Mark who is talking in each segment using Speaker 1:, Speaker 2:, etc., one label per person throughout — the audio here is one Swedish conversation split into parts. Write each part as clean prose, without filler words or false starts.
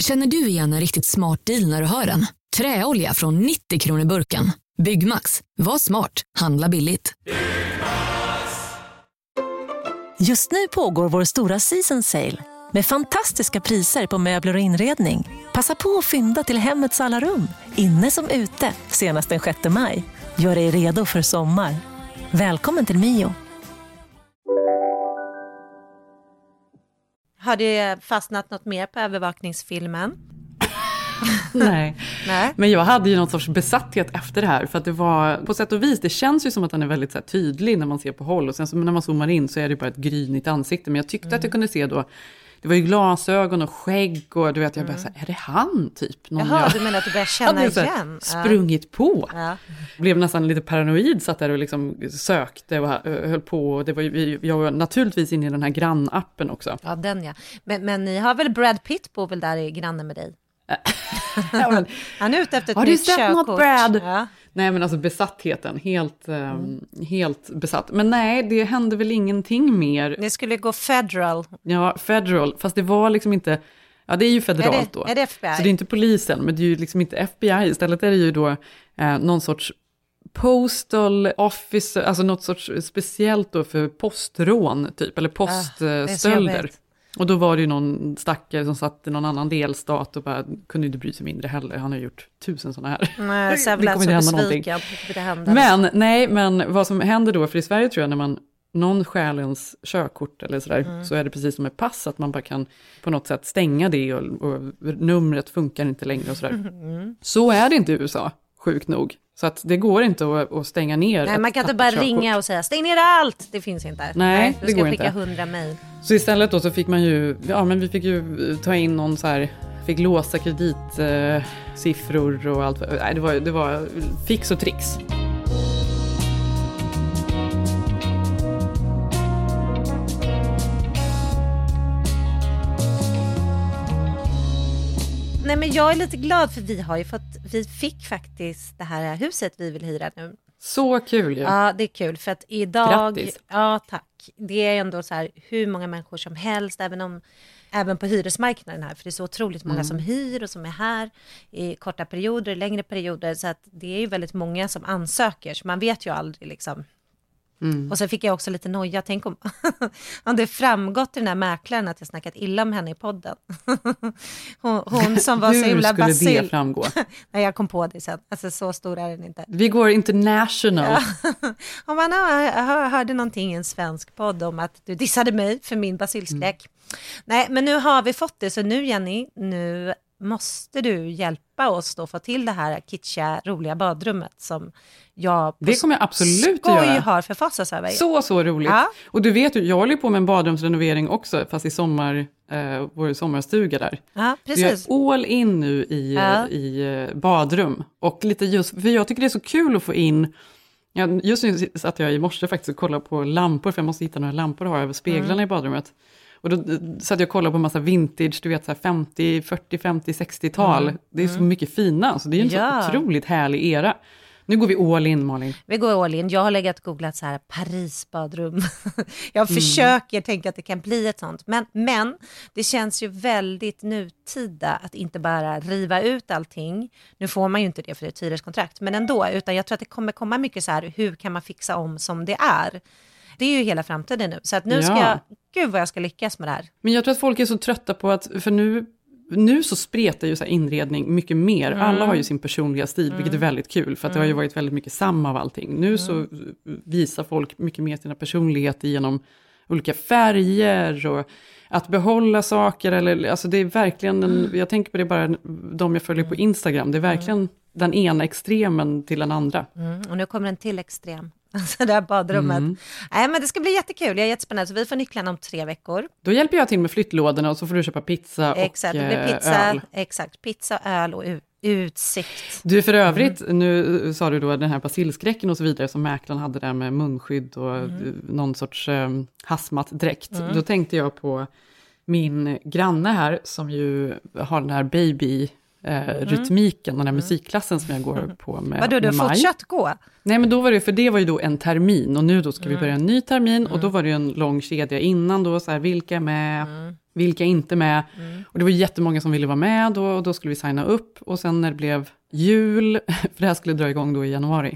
Speaker 1: Känner du igen en riktigt smart deal när du hör den? Träolja från 90 kronor burken. Byggmax. Var smart. Handla billigt.
Speaker 2: Just nu pågår vår stora season sale med fantastiska priser på möbler och inredning. Passa på att fynda till hemmets alla rum, inne som ute, senast den 6 maj. Gör dig redo för sommar. Välkommen till Mio.
Speaker 3: Har det fastnat något mer på övervakningsfilmen?
Speaker 4: Nej, men jag hade ju någon sorts besatthet efter det här. För att det var, på sätt och vis, det känns ju som att den är väldigt så här, tydlig när man ser på håll. Och sen så, när man zoomar in så är det bara ett grynigt ansikte. Men jag tyckte att jag kunde se då, det var ju glasögon och skägg och du vet, jag bara så här, är det han typ?
Speaker 3: Jaha, du menar att du börjar känna igen?
Speaker 4: Sprungit på.
Speaker 3: Ja.
Speaker 4: Blev nästan lite paranoid, satt där och liksom sökte och höll på. Och det var ju, jag var naturligtvis inne i den här grannappen också.
Speaker 3: Ja, den ja. Men ni har väl Brad Pitt på väl där i grannen med dig?
Speaker 4: Ja, men,
Speaker 3: han är ute efter ett
Speaker 4: har
Speaker 3: nytt
Speaker 4: du sett något Brad?
Speaker 3: Ja.
Speaker 4: Nej, men alltså besattheten, helt besatt. Men nej, det hände väl ingenting mer.
Speaker 3: Ni skulle gå federal.
Speaker 4: Ja, federal, fast det var liksom inte, ja det är ju federalt då.
Speaker 3: Är det FBI?
Speaker 4: Så det är inte polisen, men det är ju liksom inte FBI. Istället är det ju då någon sorts postal officer, alltså något sorts speciellt då för postrån typ, eller poststölder. Och då var det ju någon stackare som satt i någon annan delstat och bara kunde inte bry sig mindre heller. Han har gjort 1000 sådana här.
Speaker 3: Nej, så
Speaker 4: det kommer inte hända någonting. Men vad som händer då, för i Sverige tror jag när någon stjäl ens körkort eller sådär, så är det precis som ett pass att man bara kan på något sätt stänga det och numret funkar inte längre och sådär. Så är det inte i USA, sjukt nog. Så att det går inte att stänga ner.
Speaker 3: Nej, man kan inte bara ringa och säga stäng ner allt. Det finns inte.
Speaker 4: Nej,
Speaker 3: du
Speaker 4: det
Speaker 3: ska
Speaker 4: går
Speaker 3: skicka
Speaker 4: inte.
Speaker 3: 100 mejl.
Speaker 4: Så istället då så fick man ju, vi fick ju ta in någon så här, fick låsa kreditsiffror och allt. Nej, det var fix och tricks.
Speaker 3: Nej, men jag är lite glad för vi fick faktiskt det här huset vi vill hyra nu.
Speaker 4: Så kul ju.
Speaker 3: Ja, det är kul för att idag...
Speaker 4: Grattis.
Speaker 3: Ja, tack. Det är ändå så här hur många människor som helst, även på hyresmarknaden här. För det är så otroligt många som hyr och som är här i korta perioder, längre perioder. Så att det är ju väldigt många som ansöker. Så man vet ju aldrig liksom. Och sen fick jag också lite noja. Tänk om det framgått i den här mäklaren att jag snackat illa om henne i podden. hon som var så himla basil.
Speaker 4: Hur skulle det framgå?
Speaker 3: Nej, jag kom på det sen. Alltså så stor är den inte.
Speaker 4: Vi går international.
Speaker 3: Om man hörde någonting i en svensk podd om att du dissade mig för min basilskräck. Nej, men nu har vi fått det. Så nu Jenny, nu måste du hjälpa oss då få till det här kitschiga, roliga badrummet som jag
Speaker 4: det kommer jag absolut att göra.
Speaker 3: har förfasats över.
Speaker 4: Så roligt. Ja. Och du vet ju, jag håller på med en badrumsrenovering också, fast i vår sommarstuga där.
Speaker 3: Ja, precis.
Speaker 4: Jag är all in nu i badrum. Och lite just, för jag tycker det är så kul att få in. Just nu satt jag i morse faktiskt och kollade på lampor, för jag måste hitta några lampor att ha över speglarna i badrummet. Och då satt jag och kollade på en massa vintage, du vet så här 50, 60-tal. Det är så mycket fina, så det är en så otroligt härlig era. Nu går vi all in, Malin.
Speaker 3: Vi går all in. Jag har legat och googlat så här Paris badrum. Jag försöker tänka att det kan bli ett sånt. Men det känns ju väldigt nutida att inte bara riva ut allting. Nu får man ju inte det för ett hyreskontrakt. Men ändå, utan jag tror att det kommer komma mycket så här, hur kan man fixa om som det är? Det är ju hela framtiden nu. Så att nu ska jag, gud vad jag ska lyckas med det här.
Speaker 4: Men jag tror att folk är så trötta på att, för nu så spretar ju så här inredning mycket mer. Alla har ju sin personliga stil, vilket är väldigt kul. För att det har ju varit väldigt mycket samma av allting. Nu så visar folk mycket mer sina personligheter genom olika färger och att behålla saker. Eller, alltså det är verkligen, jag tänker på det bara de jag följer på Instagram. Det är verkligen den ena extremen till den andra.
Speaker 3: Och nu kommer en till extrem. Alltså det här badrummet. Nej, men det ska bli jättekul. Jag är jättespännande. Så vi får nycklarna om 3 veckor.
Speaker 4: Då hjälper jag till med flyttlådorna och så får du köpa pizza och
Speaker 3: exakt, det blir pizza,
Speaker 4: öl.
Speaker 3: Exakt, pizza, öl och utsikt.
Speaker 4: Du, för övrigt, nu sa du då den här basilskräcken och så vidare som mäklaren hade där med munskydd och någon sorts hazmat-dräkt. Då tänkte jag på min granne här som ju har den här baby-rytmiken, den här musikklassen som jag går på med.
Speaker 3: Vadå, du har fortsatt gå?
Speaker 4: Nej, men då var det var ju då en termin och nu då ska vi börja en ny termin och då var det ju en lång kedja innan då så här, vilka är med? vilka är inte med. Och det var jättemånga som ville vara med och då skulle vi signa upp. Och sen när det blev jul, för det här skulle dra igång då i januari.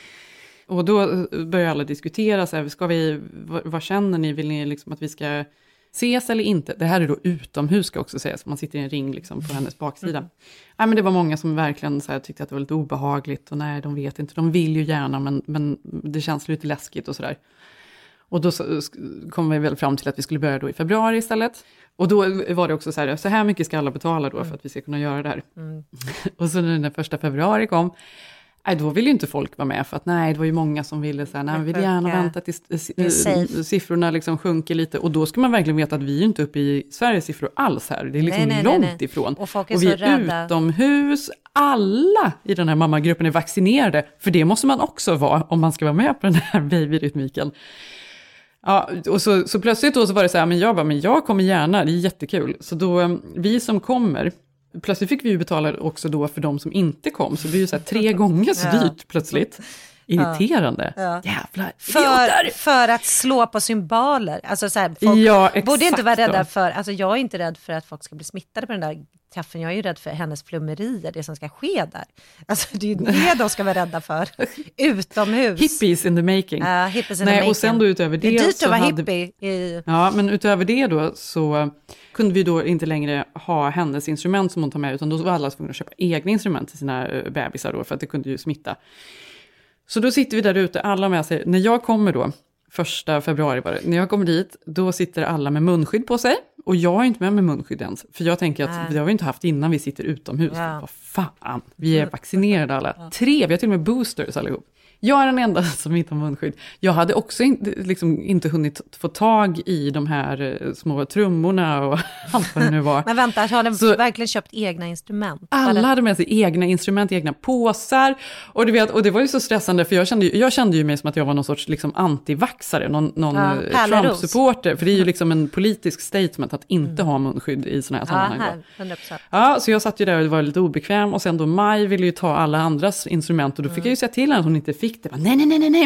Speaker 4: Och då började alla diskutera, så här, vad känner ni? Vill ni liksom att vi ska ses eller inte? Det här är då utomhus ska också sägas. Man sitter i en ring liksom på hennes baksida. Men det var många som verkligen så här, tyckte att det var lite obehagligt. Och nej, de vet inte. De vill ju gärna, men det känns lite läskigt och sådär. Och då kom vi väl fram till att vi skulle börja då i februari istället. Och då var det också så här mycket ska alla betala då för att vi ska kunna göra det här. Och så när den 1 februari kom, då ville ju inte folk vara med, för att det var ju många som ville så här, vi vill gärna vänta tills siffrorna liksom sjunker lite. Och då ska man verkligen veta att vi är inte uppe i Sveriges siffror alls här. Det är liksom långt ifrån.
Speaker 3: Och
Speaker 4: vi är utomhus. Alla i den här mammagruppen är vaccinerade, för det måste man också vara om man ska vara med på den här babyrytmiken. Ja, och så plötsligt då så var det så här, men jag kommer gärna, det är jättekul. Så då, vi som kommer, plötsligt fick vi ju betala också då för de som inte kom. Så det blir ju så här 3 gånger så dyrt plötsligt. Irriterande. Ja. Jävlar.
Speaker 3: För att slå på symboler. Alltså så här, folk borde inte vara rädda för, alltså jag är inte rädd för att folk ska bli smittade på den där kaffen. Jag är ju rädd för hennes flummerier, det som ska ske där. Alltså det är ju det de ska vara rädda för. Utomhus.
Speaker 4: Hippies in the making.
Speaker 3: Hippies in the making.
Speaker 4: Och sen då utöver det.
Speaker 3: Det är dyrt att vara hippie.
Speaker 4: Ja, men utöver det då så kunde vi då inte längre ha hennes instrument som hon tar med, utan då var alla tvungna att köpa egna instrument till sina bebisar då, för att det kunde ju smitta. Så då sitter vi där ute, alla med sig. När jag kommer då, 1 februari var det, när jag kommer dit, då sitter alla med munskydd på sig. Och jag är inte med munskydd ens. För jag tänker att det har vi inte haft innan vi sitter utomhus. Vad fan, vi är vaccinerade alla. 3, vi har till och med boosters allihop. Jag är den enda som inte har munskydd. Jag hade också inte hunnit få tag i de här små trummorna och allt vad det nu var.
Speaker 3: Men vänta, har de verkligen köpt egna instrument?
Speaker 4: Alla hade med sig egna instrument, egna påsar. Och det var ju så stressande, för jag kände ju mig som att jag var någon sorts liksom antivaxare, någon Trump-supporter. För det är ju liksom en politisk statement att inte ha munskydd i såna här sammanhang. Ja, så jag satt ju där och var lite obekväm. Och sen då Maj ville ju ta alla andras instrument. Och då fick jag ju säga till henne att hon inte fick det. Nej.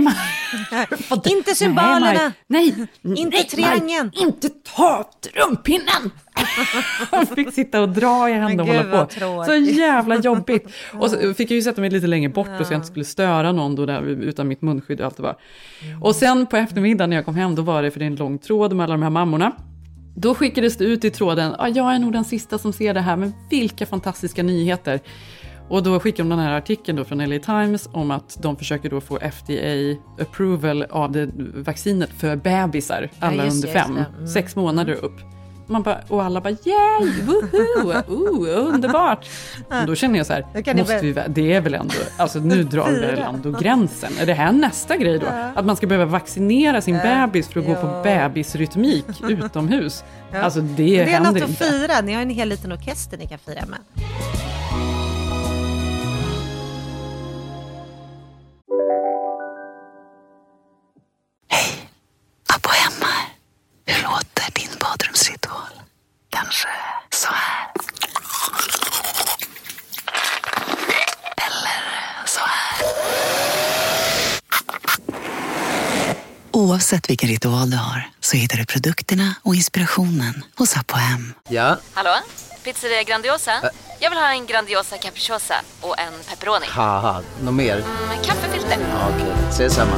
Speaker 3: Inte symbolerna.
Speaker 4: Nej.
Speaker 3: Inte triangeln.
Speaker 4: Inte ta trumpinnen. Jag fick sitta och dra i handen och hålla på. Så jävla jobbigt. Och så fick jag ju sätta mig lite längre bort så jag inte skulle störa någon då där utan mitt munskydd och allt det var. Och sen på eftermiddagen när jag kom hem, då var det, för det är en lång tråd med alla de här mammorna. Då skickades det ut i tråden, jag är nog den sista som ser det här, men vilka fantastiska nyheter. Och då skickade de den här artikeln då från LA Times om att de försöker då få FDA-approval av det vaccinet för bebisar, alla under 5, 6 månader upp. Och alla bara, yay, woohoo, underbart. Och då känner jag så här, det är väl ändå, alltså nu drar vi väl ändå gränsen. Är det här nästa grej då? Att man ska behöva vaccinera sin bebis för att gå på bebisrytmik utomhus. Alltså det händer inte.
Speaker 3: Det är något att fira, ni har en hel liten orkester ni kan fira med.
Speaker 5: Hur låter din badrumsritual? Kanske så här. Eller så här. Oavsett vilken ritual du har så hittar du produkterna och inspirationen hos Apohem.
Speaker 6: Ja?
Speaker 7: Hallå? Pizzeria Grandiosa? Jag vill ha en Grandiosa capriciosa och en pepperoni.
Speaker 6: Haha, något mer?
Speaker 7: Kaffefilter.
Speaker 6: Ja, okej, ses samma.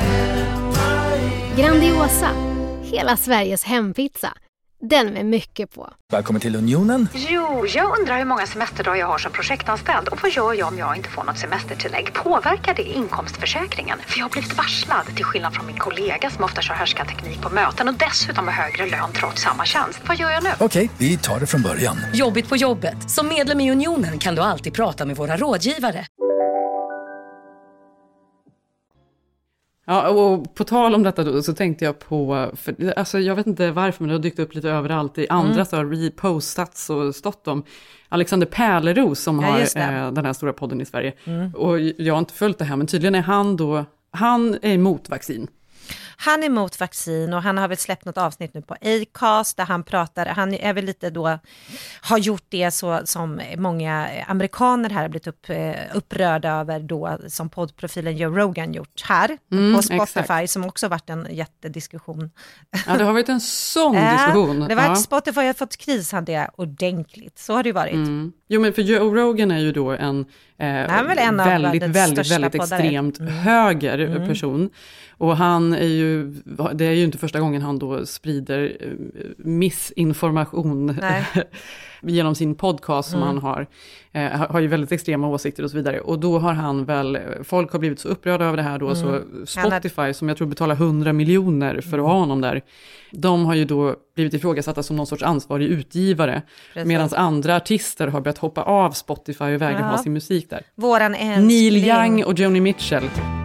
Speaker 8: Grandiosa, hela Sveriges hempizza. Den med mycket på.
Speaker 9: Välkommen till Unionen.
Speaker 10: Jo, jag undrar hur många semesterdagar jag har som projektanställd. Och vad gör jag om jag inte får något semestertillägg? Påverkar det inkomstförsäkringen? För jag har blivit varslad, till skillnad från min kollega som ofta kör härskarteknik på möten. Och dessutom har högre lön trots samma tjänst. Vad gör jag nu?
Speaker 9: Okej, vi tar det från början.
Speaker 11: Jobbigt på jobbet. Som medlem i Unionen kan du alltid prata med våra rådgivare.
Speaker 4: Ja, och på tal om detta då, så tänkte jag på, för, alltså jag vet inte varför, men det har dykt upp lite överallt i andra så har repostats och stått om Alexander Pärleros som har den här stora podden i Sverige. Och jag har inte följt det här, men tydligen är han är emot vaccin.
Speaker 3: han är emot vaccin och han har väl släppt något avsnitt nu på Acast där han pratar, han är väl lite då, har gjort det så som många amerikaner här har blivit upprörda över då, som poddprofilen Joe Rogan gjort här på Spotify, exakt. Som också varit en jättediskussion.
Speaker 4: Ja, det har varit en sån diskussion.
Speaker 3: Det var Spotify har fått krishandla ordentligt, så har det varit.
Speaker 4: Jo, men för Joe Rogan är ju då en väldigt extremt höger person. Och han är ju, det är ju inte första gången han då sprider missinformation genom sin podcast som han har ju väldigt extrema åsikter och så vidare. Och då har han väl, folk har blivit så upprörda över det här då, så Spotify som jag tror betalar 100 miljoner för att ha honom där, de har ju då blivit ifrågasatta som någon sorts ansvarig utgivare. Medan andra artister har börjat hoppa av Spotify och vägra ha sin musik där.
Speaker 3: Våran
Speaker 4: Neil Young och Joni Mitchell.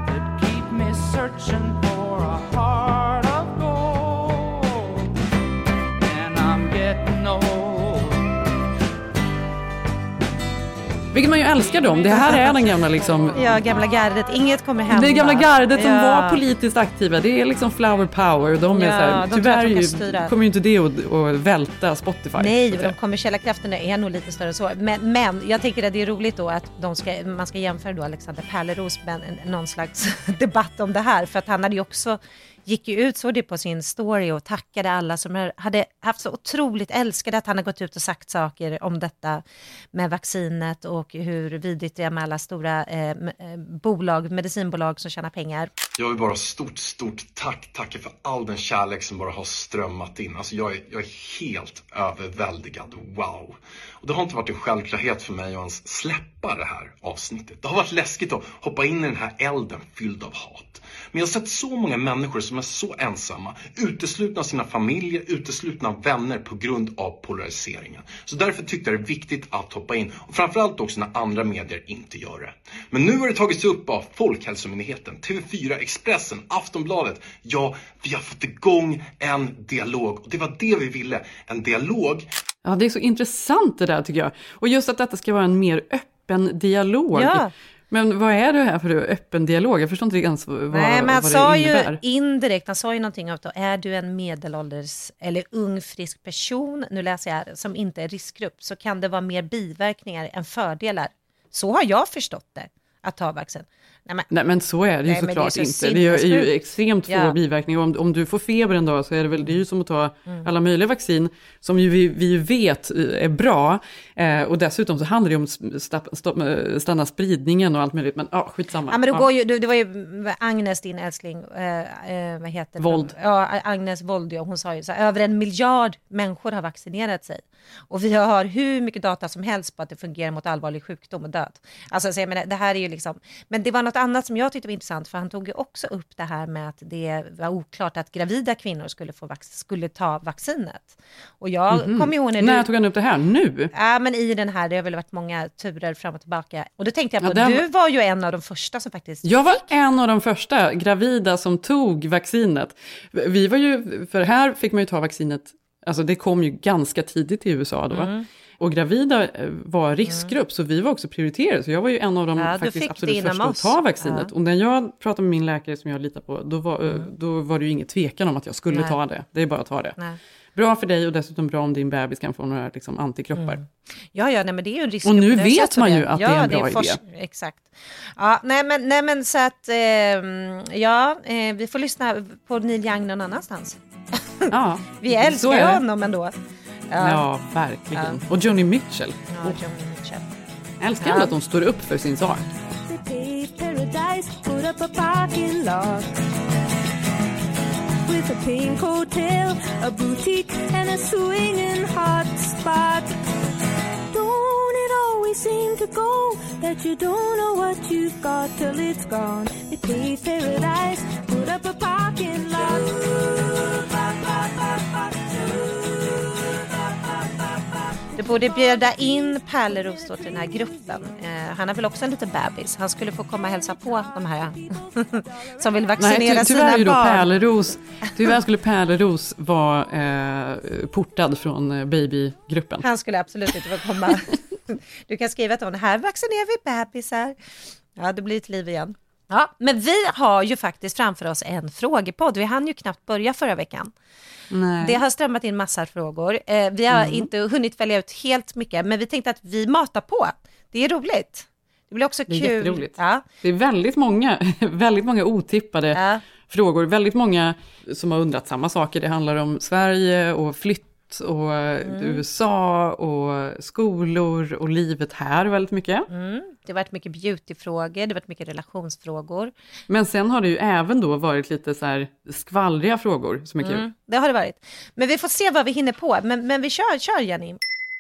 Speaker 4: Vilket man ju älskar dem. Det här är den gamla liksom...
Speaker 3: Ja, gamla gardet. Inget kommer hända.
Speaker 4: Det gamla gardet som var politiskt aktiva. Det är liksom flower power. De är så här, tyvärr kommer ju inte det att välta Spotify.
Speaker 3: Nej, de kommersiella krafterna är nog lite större än så. Men jag tänker att det är roligt då att man ska jämföra då Alexander Pärleros med någon slags debatt om det här. För att han hade ju också... gick ju ut så det på sin story och tackade alla som hade haft så otroligt älskade att han har gått ut och sagt saker om detta med vaccinet och hur vidrigt det är med alla stora medicinbolag som tjänar pengar.
Speaker 12: Jag vill bara stort tacka för all den kärlek som bara har strömmat in. Alltså jag är helt överväldigad. Wow. Och det har inte varit en självklarhet för mig att ens släppa det här avsnittet. Det har varit läskigt att hoppa in i den här elden fylld av hat. Men jag har sett så många människor som är så ensamma, uteslutna av sina familjer, uteslutna av vänner på grund av polariseringen. Så därför tyckte jag det är viktigt att hoppa in, och framförallt också när andra medier inte gör det. Men nu har det tagits upp av Folkhälsomyndigheten, TV4, Expressen, Aftonbladet. Ja, vi har fått igång en dialog, och det var det vi ville, en dialog.
Speaker 4: Ja, det är så intressant det där tycker jag. Och just att detta ska vara en mer öppen dialog.
Speaker 3: Ja.
Speaker 4: Men vad är det här för öppen dialog? Jag förstår inte ens vad det innebär. Nej, men han
Speaker 3: sa ju indirekt, han sa ju någonting om att är du en medelålders eller ung frisk person, nu läser jag här, som inte är riskgrupp, så kan det vara mer biverkningar än fördelar. Så har jag förstått det, att ta vaccin.
Speaker 4: Nej, men så är det ju såklart inte. Det är ju extremt få biverkningar. Om du får feber en dag så är det väl, det är ju som att ta alla möjliga vaccin som ju vi vet är bra. Och dessutom så handlar det om stanna spridningen och allt möjligt. Men skitsamma.
Speaker 3: Ja, men det var ju Agnes, din älskling, vad heter det?
Speaker 4: Vold.
Speaker 3: Ja, Agnes Vold, hon sa ju så här, över 1 miljard människor har vaccinerat sig. Och vi har hur mycket data som helst på att det fungerar mot allvarlig sjukdom och död. Alltså så jag menar, det här är ju liksom, men det var något annat som jag tyckte var intressant, för han tog ju också upp det här med att det var oklart att gravida kvinnor skulle ta vaccinet. Och jag kommer ihåg
Speaker 4: när tog han upp det här? Nu?
Speaker 3: Ja, men i den här, det har väl varit många turer fram och tillbaka. Och då tänkte jag på, du var ju en av de första som faktiskt...
Speaker 4: Jag var en av de första gravida som tog vaccinet. Vi var ju, för här fick man ju ta vaccinet, alltså det kom ju ganska tidigt i USA då. Och gravida var riskgrupp, så vi var också prioriterade. Så jag var ju en av de faktiskt absolut första att ta vaccinet. Och när jag pratade med min läkare som jag litar på, då var det ju inget tvekan om att jag skulle ta det. Det är bara att ta det. Nej. Bra för dig och dessutom bra om din bebis kan få några liksom, antikroppar.
Speaker 3: Ja, nej, men det är ju en riskgrupp.
Speaker 4: Och nu vet man ju att det är en bra idé.
Speaker 3: Exakt. Ja, nej men så att, vi får lyssna på Neil Young någon annanstans. Ja, vi älskar honom ändå.
Speaker 4: Ja, verkligen. Och Joni Mitchell.
Speaker 3: Ja, Joni Mitchell.
Speaker 4: Jag älskar att de står upp för sin sak.
Speaker 13: With a pink hotel, a boutique and a swinging hot spot. Don't it always seem to go that you don't know what you've got till it's gone. They paved paradise, put up a parking lot.
Speaker 3: Du borde bjuda in Pärleros till den här gruppen. Han har väl också en liten bebis. Han skulle få komma och hälsa på de här som vill vaccinera sina barn.
Speaker 4: Tyvärr skulle Pärleros vara portad från babygruppen.
Speaker 3: Han skulle absolut inte få komma. Du kan skriva till honom, här vaccinerar vi bebisar. Ja, det blir ett liv igen. Ja, men vi har ju faktiskt framför oss en frågepodd. Vi hann ju knappt börja förra veckan.
Speaker 4: Nej.
Speaker 3: Det har strömmat in massor frågor. Vi har inte hunnit välja ut helt mycket, men vi tänkte att vi matar på. Det är roligt. Det blir också kul.
Speaker 4: Det är jätteroligt. Ja. Det är väldigt många otippade frågor. Väldigt många som har undrat samma saker. Det handlar om Sverige och flytt och USA och skolor och livet här väldigt mycket.
Speaker 3: Det har varit mycket beautyfrågor, det har varit mycket relationsfrågor.
Speaker 4: Men sen har det ju även då varit lite så här skvallriga frågor som är kul.
Speaker 3: Det har det varit. Men vi får se vad vi hinner på. Men vi kör Jenny.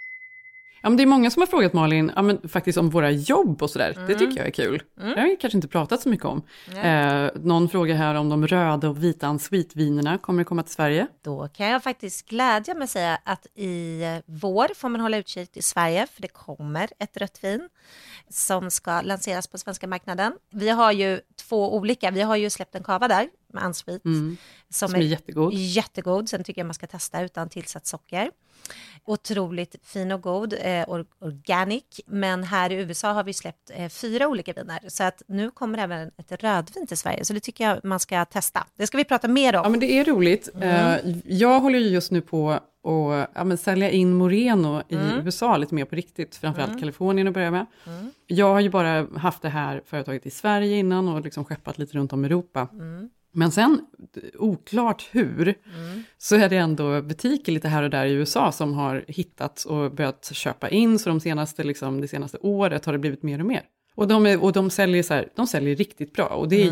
Speaker 4: Ja, men det är många som har frågat Malin faktiskt om våra jobb och sådär. Det tycker jag är kul. Det har vi kanske inte pratat så mycket om. Någon fråga här om de röda och vita en-suite-vinerna kommer att komma till Sverige.
Speaker 3: Då kan jag faktiskt glädja mig säga att i vår får man hålla utkik i Sverige, för det kommer ett rött vin som ska lanseras på svenska marknaden. Vi har ju 2 olika. Vi har ju släppt en kava där med en-suite som är
Speaker 4: jättegod.
Speaker 3: Jättegod. Sen tycker jag man ska testa utan tillsatt socker. Otroligt fin och god, organic. Men här i USA har vi släppt 4 olika viner. Så att nu kommer även ett rödvin till Sverige. Så det tycker jag man ska testa. Det ska vi prata mer om.
Speaker 4: Ja, men det är roligt. Jag håller ju just nu på att sälja in Moreno i USA lite mer på riktigt. Framförallt Kalifornien att börja med. Jag har ju bara haft det här företaget i Sverige innan och liksom skeppat lite runt om i Europa. Men sen, oklart hur, så är det ändå butiker lite här och där i USA som har hittat och börjat köpa in. Så det senaste året har det blivit mer och mer. Och de säljer riktigt bra. Och det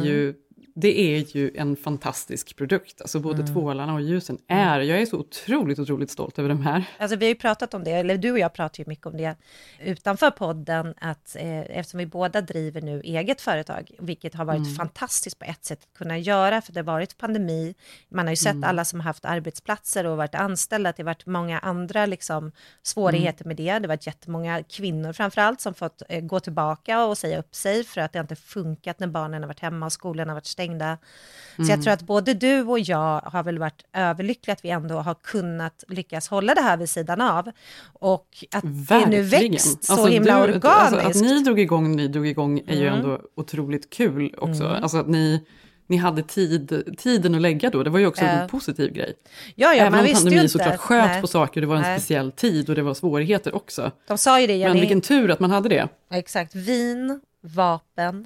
Speaker 4: är ju en fantastisk produkt. Alltså både tvålarna och ljusen jag är så otroligt stolt över de här.
Speaker 3: Alltså vi har ju pratat om det, eller du och jag pratar ju mycket om det utanför podden, att eftersom vi båda driver nu eget företag, vilket har varit fantastiskt på ett sätt att kunna göra, för det har varit pandemi. Man har ju sett alla som har haft arbetsplatser och varit anställda, att det har varit många andra svårigheter med det. Det har varit jättemånga kvinnor framförallt som fått gå tillbaka och säga upp sig för att det inte funkat när barnen har varit hemma och skolan har varit stängda. Så jag tror att både du och jag har väl varit överlyckliga att vi ändå har kunnat lyckas hålla det här vid sidan av. Och att det nu växt så himla organiskt.
Speaker 4: Att ni drog igång är ju ändå otroligt kul också. Alltså att ni hade tiden att lägga då. Det var ju också en positiv grej.
Speaker 3: Ja,
Speaker 4: även
Speaker 3: man
Speaker 4: om pandemi såklart sköt
Speaker 3: Nej.
Speaker 4: på saker. Det var en speciell tid och det var svårigheter också.
Speaker 3: De sa ju det, Jenny.
Speaker 4: Men vilken tur att man hade det.
Speaker 3: Ja, exakt. Vin, vapen,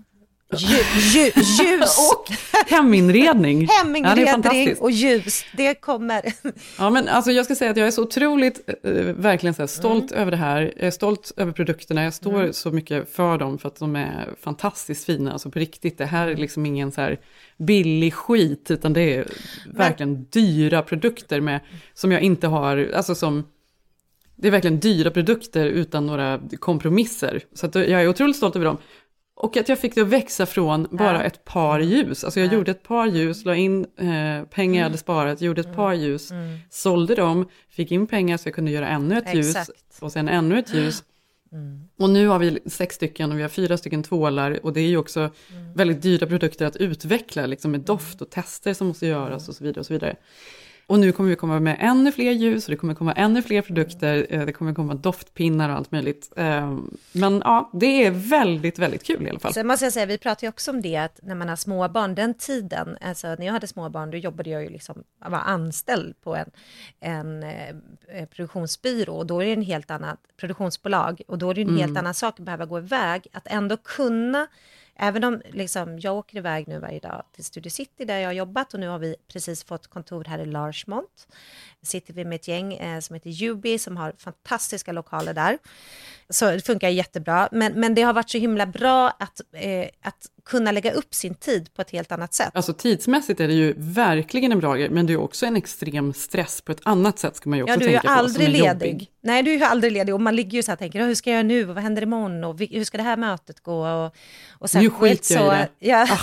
Speaker 3: ljus
Speaker 4: och heminredning.
Speaker 3: Heminredning och ljus, det kommer.
Speaker 4: Ja, men alltså jag ska säga att jag är så otroligt verkligen så här, stolt över det här. Jag är stolt över produkterna. Jag står så mycket för dem för att de är fantastiskt fina. Alltså på riktigt, det här är liksom ingen så här billig skit, utan det är verkligen dyra produkter som jag inte har, alltså det är verkligen dyra produkter utan några kompromisser. Så att jag är otroligt stolt över dem. Och att jag fick det att växa från bara ett par ljus. Alltså jag gjorde ett par ljus, la in pengar jag hade sparat, gjorde ett par ljus, sålde dem, fick in pengar så jag kunde göra ännu ett ljus och sen ännu ett ljus. Och nu har vi 6 stycken och vi har 4 stycken tvålar, och det är ju också väldigt dyra produkter att utveckla liksom med doft och tester som måste göras och så vidare och så vidare. Och nu kommer vi komma med ännu fler ljus och det kommer komma ännu fler produkter. Det kommer komma doftpinnar och allt möjligt. Men ja, det är väldigt, väldigt kul i alla fall.
Speaker 3: Sen måste jag säga, vi pratar ju också om det att när man har småbarn, den tiden, alltså när jag hade småbarn, då jobbade jag ju var anställd på en produktionsbyrå, och då är det en helt annat produktionsbolag, och då är det en helt annan sak att behöva gå iväg, att ändå kunna. Även om jag åker iväg nu varje dag till Studio City där jag har jobbat, och nu har vi precis fått kontor här i Larchmont. Sitter vi med ett gäng som heter Jubi som har fantastiska lokaler där. Så det funkar jättebra. Men det har varit så himla bra att kunna lägga upp sin tid på ett helt annat sätt.
Speaker 4: Alltså tidsmässigt är det ju verkligen en bra grej, men det är också en extrem stress på ett annat sätt, ska man ju också tänka på.
Speaker 3: Ja, du är ju aldrig ledig. Nej, du är ju aldrig ledig, och man ligger ju så här och tänker, hur ska jag göra nu, och vad händer imorgon, och hur ska det här mötet gå, och sen
Speaker 4: nu skiter jag i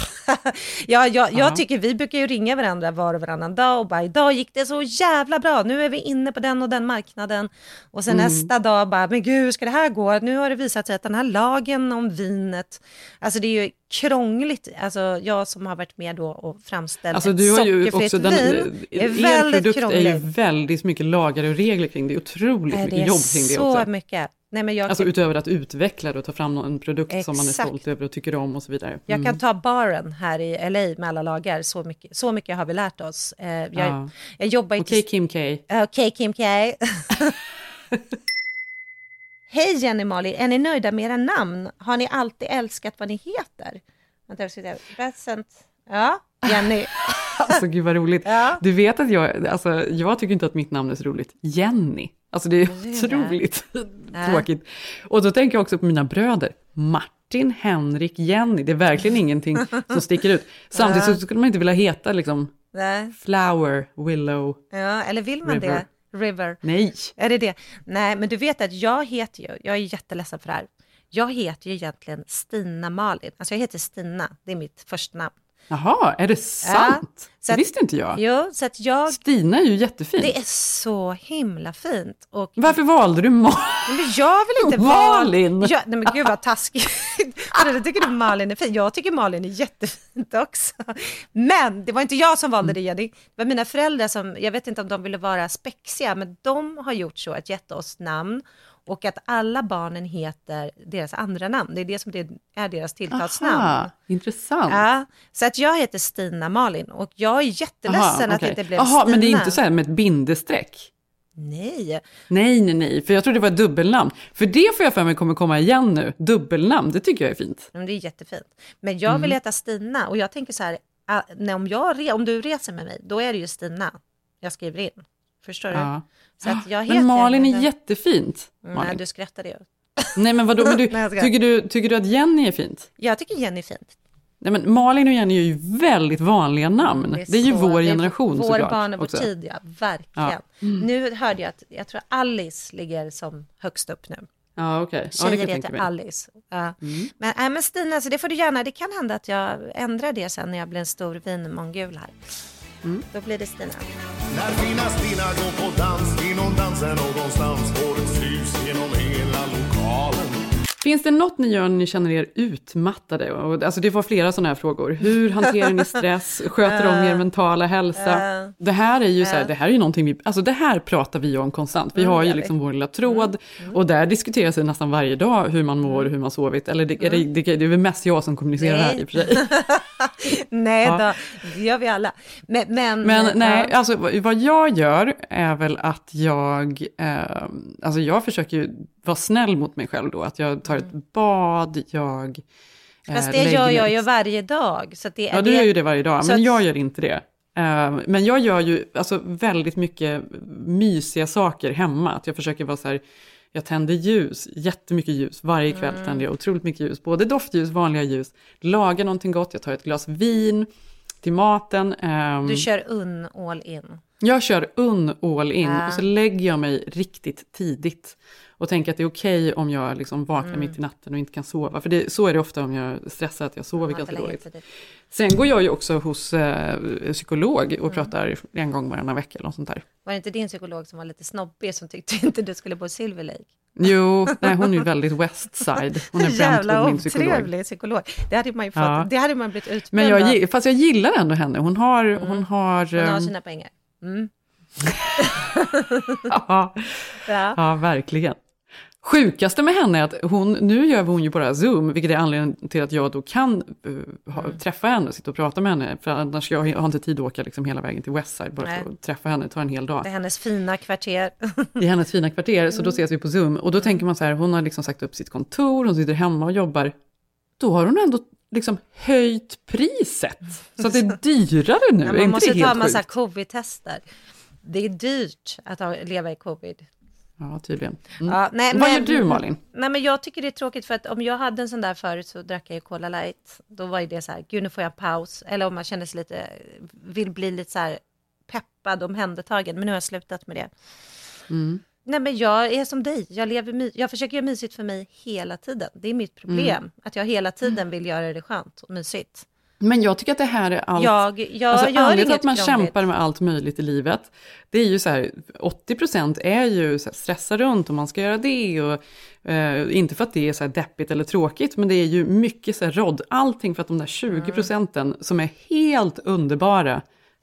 Speaker 4: det.
Speaker 3: Jag tycker vi brukar ju ringa varandra var och varannan dag och bara, idag gick det så jävla bra, nu är vi inne på den och den marknaden, och sen nästa dag bara, men gud, hur ska det här gå, nu har det visat sig att den här lagen om vinet, alltså det är ju krångligt, alltså jag som har varit med då och framställt
Speaker 4: alltså, du har ju också
Speaker 3: vin, är väldigt
Speaker 4: produkt
Speaker 3: krångligt.
Speaker 4: är ju väldigt mycket lagar och regler kring det, är otroligt mycket jobb kring det också.
Speaker 3: Det är så mycket. Nej, men jag
Speaker 4: alltså utöver att utveckla det och ta fram en produkt som man är stolt över och tycker om och så vidare.
Speaker 3: Jag kan ta baren här i LA med alla lagar, så mycket har vi lärt oss. Jag jobbar
Speaker 4: Okej, Kim K.
Speaker 3: Okej, Kim K. Hej Jenny Malin, är ni nöjda med era namn? Har ni alltid älskat vad ni heter? Ja, Jenny.
Speaker 4: Alltså gud vad roligt.
Speaker 3: Ja.
Speaker 4: Du vet att jag tycker inte att mitt namn är så roligt. Jenny. Alltså det är otroligt tråkigt. Och då tänker jag också på mina bröder. Martin, Henrik, Jenny. Det är verkligen ingenting som sticker ut. Samtidigt så skulle man inte vilja heta liksom Flower, Willow.
Speaker 3: Ja, eller vill man
Speaker 4: River.
Speaker 3: det? River.
Speaker 4: Nej.
Speaker 3: Är det? Nej, men du vet att jag är jätteledsen för det här. Jag heter ju egentligen Stina Malin. Alltså jag heter Stina, det är mitt första namn.
Speaker 4: Jaha, är det sant?
Speaker 3: Ja,
Speaker 4: det visste inte jag.
Speaker 3: Jo, så att
Speaker 4: Stina är ju jättefint.
Speaker 3: Det är så himla fint. Och
Speaker 4: varför valde du
Speaker 3: Men jag vill inte
Speaker 4: Malin?
Speaker 3: Nej men gud vad taskigt. Jag tycker du Malin är fin. Jag tycker Malin är jättefint också. Men det var inte jag som valde det, Jenny. Det var mina föräldrar som, jag vet inte om de ville vara spexiga, men de har gjort så att gett oss namn. Och att alla barnen heter deras andra namn. Det är det som är deras tilltalsnamn.
Speaker 4: Aha, intressant.
Speaker 3: Ja, så att jag heter Stina Malin. Och jag är jätteledsen att det inte blev Stina.
Speaker 4: Men det är inte så här med ett bindestreck? Nej. För jag tror det var ett dubbelnamn. För det får jag för mig kommer komma igen nu. Dubbelnamn, det tycker jag är fint.
Speaker 3: Det är jättefint. Men jag vill heta Stina. Och jag tänker så här, om du reser med mig, då är det ju Stina jag skriver in. Förstår du? Så att jag
Speaker 4: men Malin är jättefint.
Speaker 3: Nej, du skrattade ju.
Speaker 4: Nej, men vadå? Men tycker du att Jenny är fint?
Speaker 3: Jag tycker Jenny är fint.
Speaker 4: Nej, men Malin och Jenny är ju väldigt vanliga namn. Det är ju vår generation
Speaker 3: vår
Speaker 4: såklart.
Speaker 3: Vår barn och vår
Speaker 4: också.
Speaker 3: tid, ja. Verkligen. Ja. Nu hörde jag att, jag tror Alice ligger som högst upp nu.
Speaker 4: Ja, okej.
Speaker 3: Tjejer heter Alice. Ja. Men Stina, så det får du gärna. Det kan hända att jag ändrar det sen när jag blir en stor vinmongul här. Då blir det Stina.
Speaker 14: När fina Stina går på dans, inom dansen någonstans, årets hus genom hela lokalen.
Speaker 4: Finns det något ni gör när ni känner er utmattade? Alltså det var flera sådana här frågor. Hur hanterar ni stress? Sköter om er mentala hälsa? Det här är ju så här, det här är ju någonting det här pratar vi om konstant. Vi har ju liksom vår lilla tråd och där diskuteras det nästan varje dag hur man mår och hur man sovit. Eller det är väl mest jag som kommunicerar här i och för sig.
Speaker 3: Nej då, det gör vi alla. Men
Speaker 4: nej, alltså vad jag gör är väl att jag försöker ju vara snäll mot mig själv då. Att jag tar ett bad,
Speaker 3: fast det gör jag ju varje dag. Så att
Speaker 4: du gör ju det varje dag, men jag gör inte det. Men jag gör ju väldigt mycket mysiga saker hemma. Att jag försöker vara så här, jag tänder ljus, jättemycket ljus. Varje kväll tänder jag otroligt mycket ljus. Både doftljus, vanliga ljus. Lagar någonting gott, jag tar ett glas vin till maten.
Speaker 3: Du kör all in.
Speaker 4: Jag kör all in och så lägger jag mig riktigt tidigt. Och tänker att det är okej om jag liksom vaknar mitt i natten och inte kan sova. För så är det ofta om jag stressar att jag sover ganska dåligt. Sen går jag ju också hos psykolog och pratar en gång varannan vecka eller något sånt där.
Speaker 3: Var det inte din psykolog som var lite snobbig som tyckte inte du skulle bo i Silver Lake?
Speaker 4: Jo, nej, hon är ju väldigt Westside. Hon är
Speaker 3: jävla
Speaker 4: min psykolog.
Speaker 3: Otrevlig psykolog. Det hade man ju fått. Det hade man blivit utbränd.
Speaker 4: Men fast jag gillar ändå henne. Hon har
Speaker 3: sina pengar.
Speaker 4: Ja, verkligen. Sjukaste med henne är att nu gör hon ju bara Zoom, vilket är anledningen till att jag då kan träffa henne och sitta och prata med henne. För annars jag har inte tid att åka liksom hela vägen till Westside bara för att träffa henne, ta en hel dag.
Speaker 3: Det är hennes fina kvarter.
Speaker 4: Det är hennes fina kvarter, så då ses vi på Zoom. Och då tänker man så här, hon har liksom sagt upp sitt kontor, hon sitter hemma och jobbar. Då har hon ändå liksom höjt priset. Så att det är dyrare nu.
Speaker 3: Man måste ta en massa covid-tester. Det är dyrt att leva i covid.
Speaker 4: Ja, tydligen.
Speaker 3: Vad
Speaker 4: gör du, Malin?
Speaker 3: Nej, men jag tycker det är tråkigt för att om jag hade en sån där förut så drack jag ju Cola Light. Då var det så här, gud nu får jag en paus. Eller om man känner sig vill bli lite så här peppad, omhändertagen. Men nu har jag slutat med det. Nej, men jag är som dig. Jag försöker göra mysigt för mig hela tiden. Det är mitt problem. Att jag hela tiden vill göra det skönt och mysigt.
Speaker 4: Men jag tycker att det här är allt. Anledningen att man kämpar med allt möjligt i livet. Det är ju så här, 80% är ju så här, stressa runt och man ska göra det. Och, inte för att det är så här deppigt eller tråkigt. Men det är ju mycket så här allting för att de där 20% som är helt underbara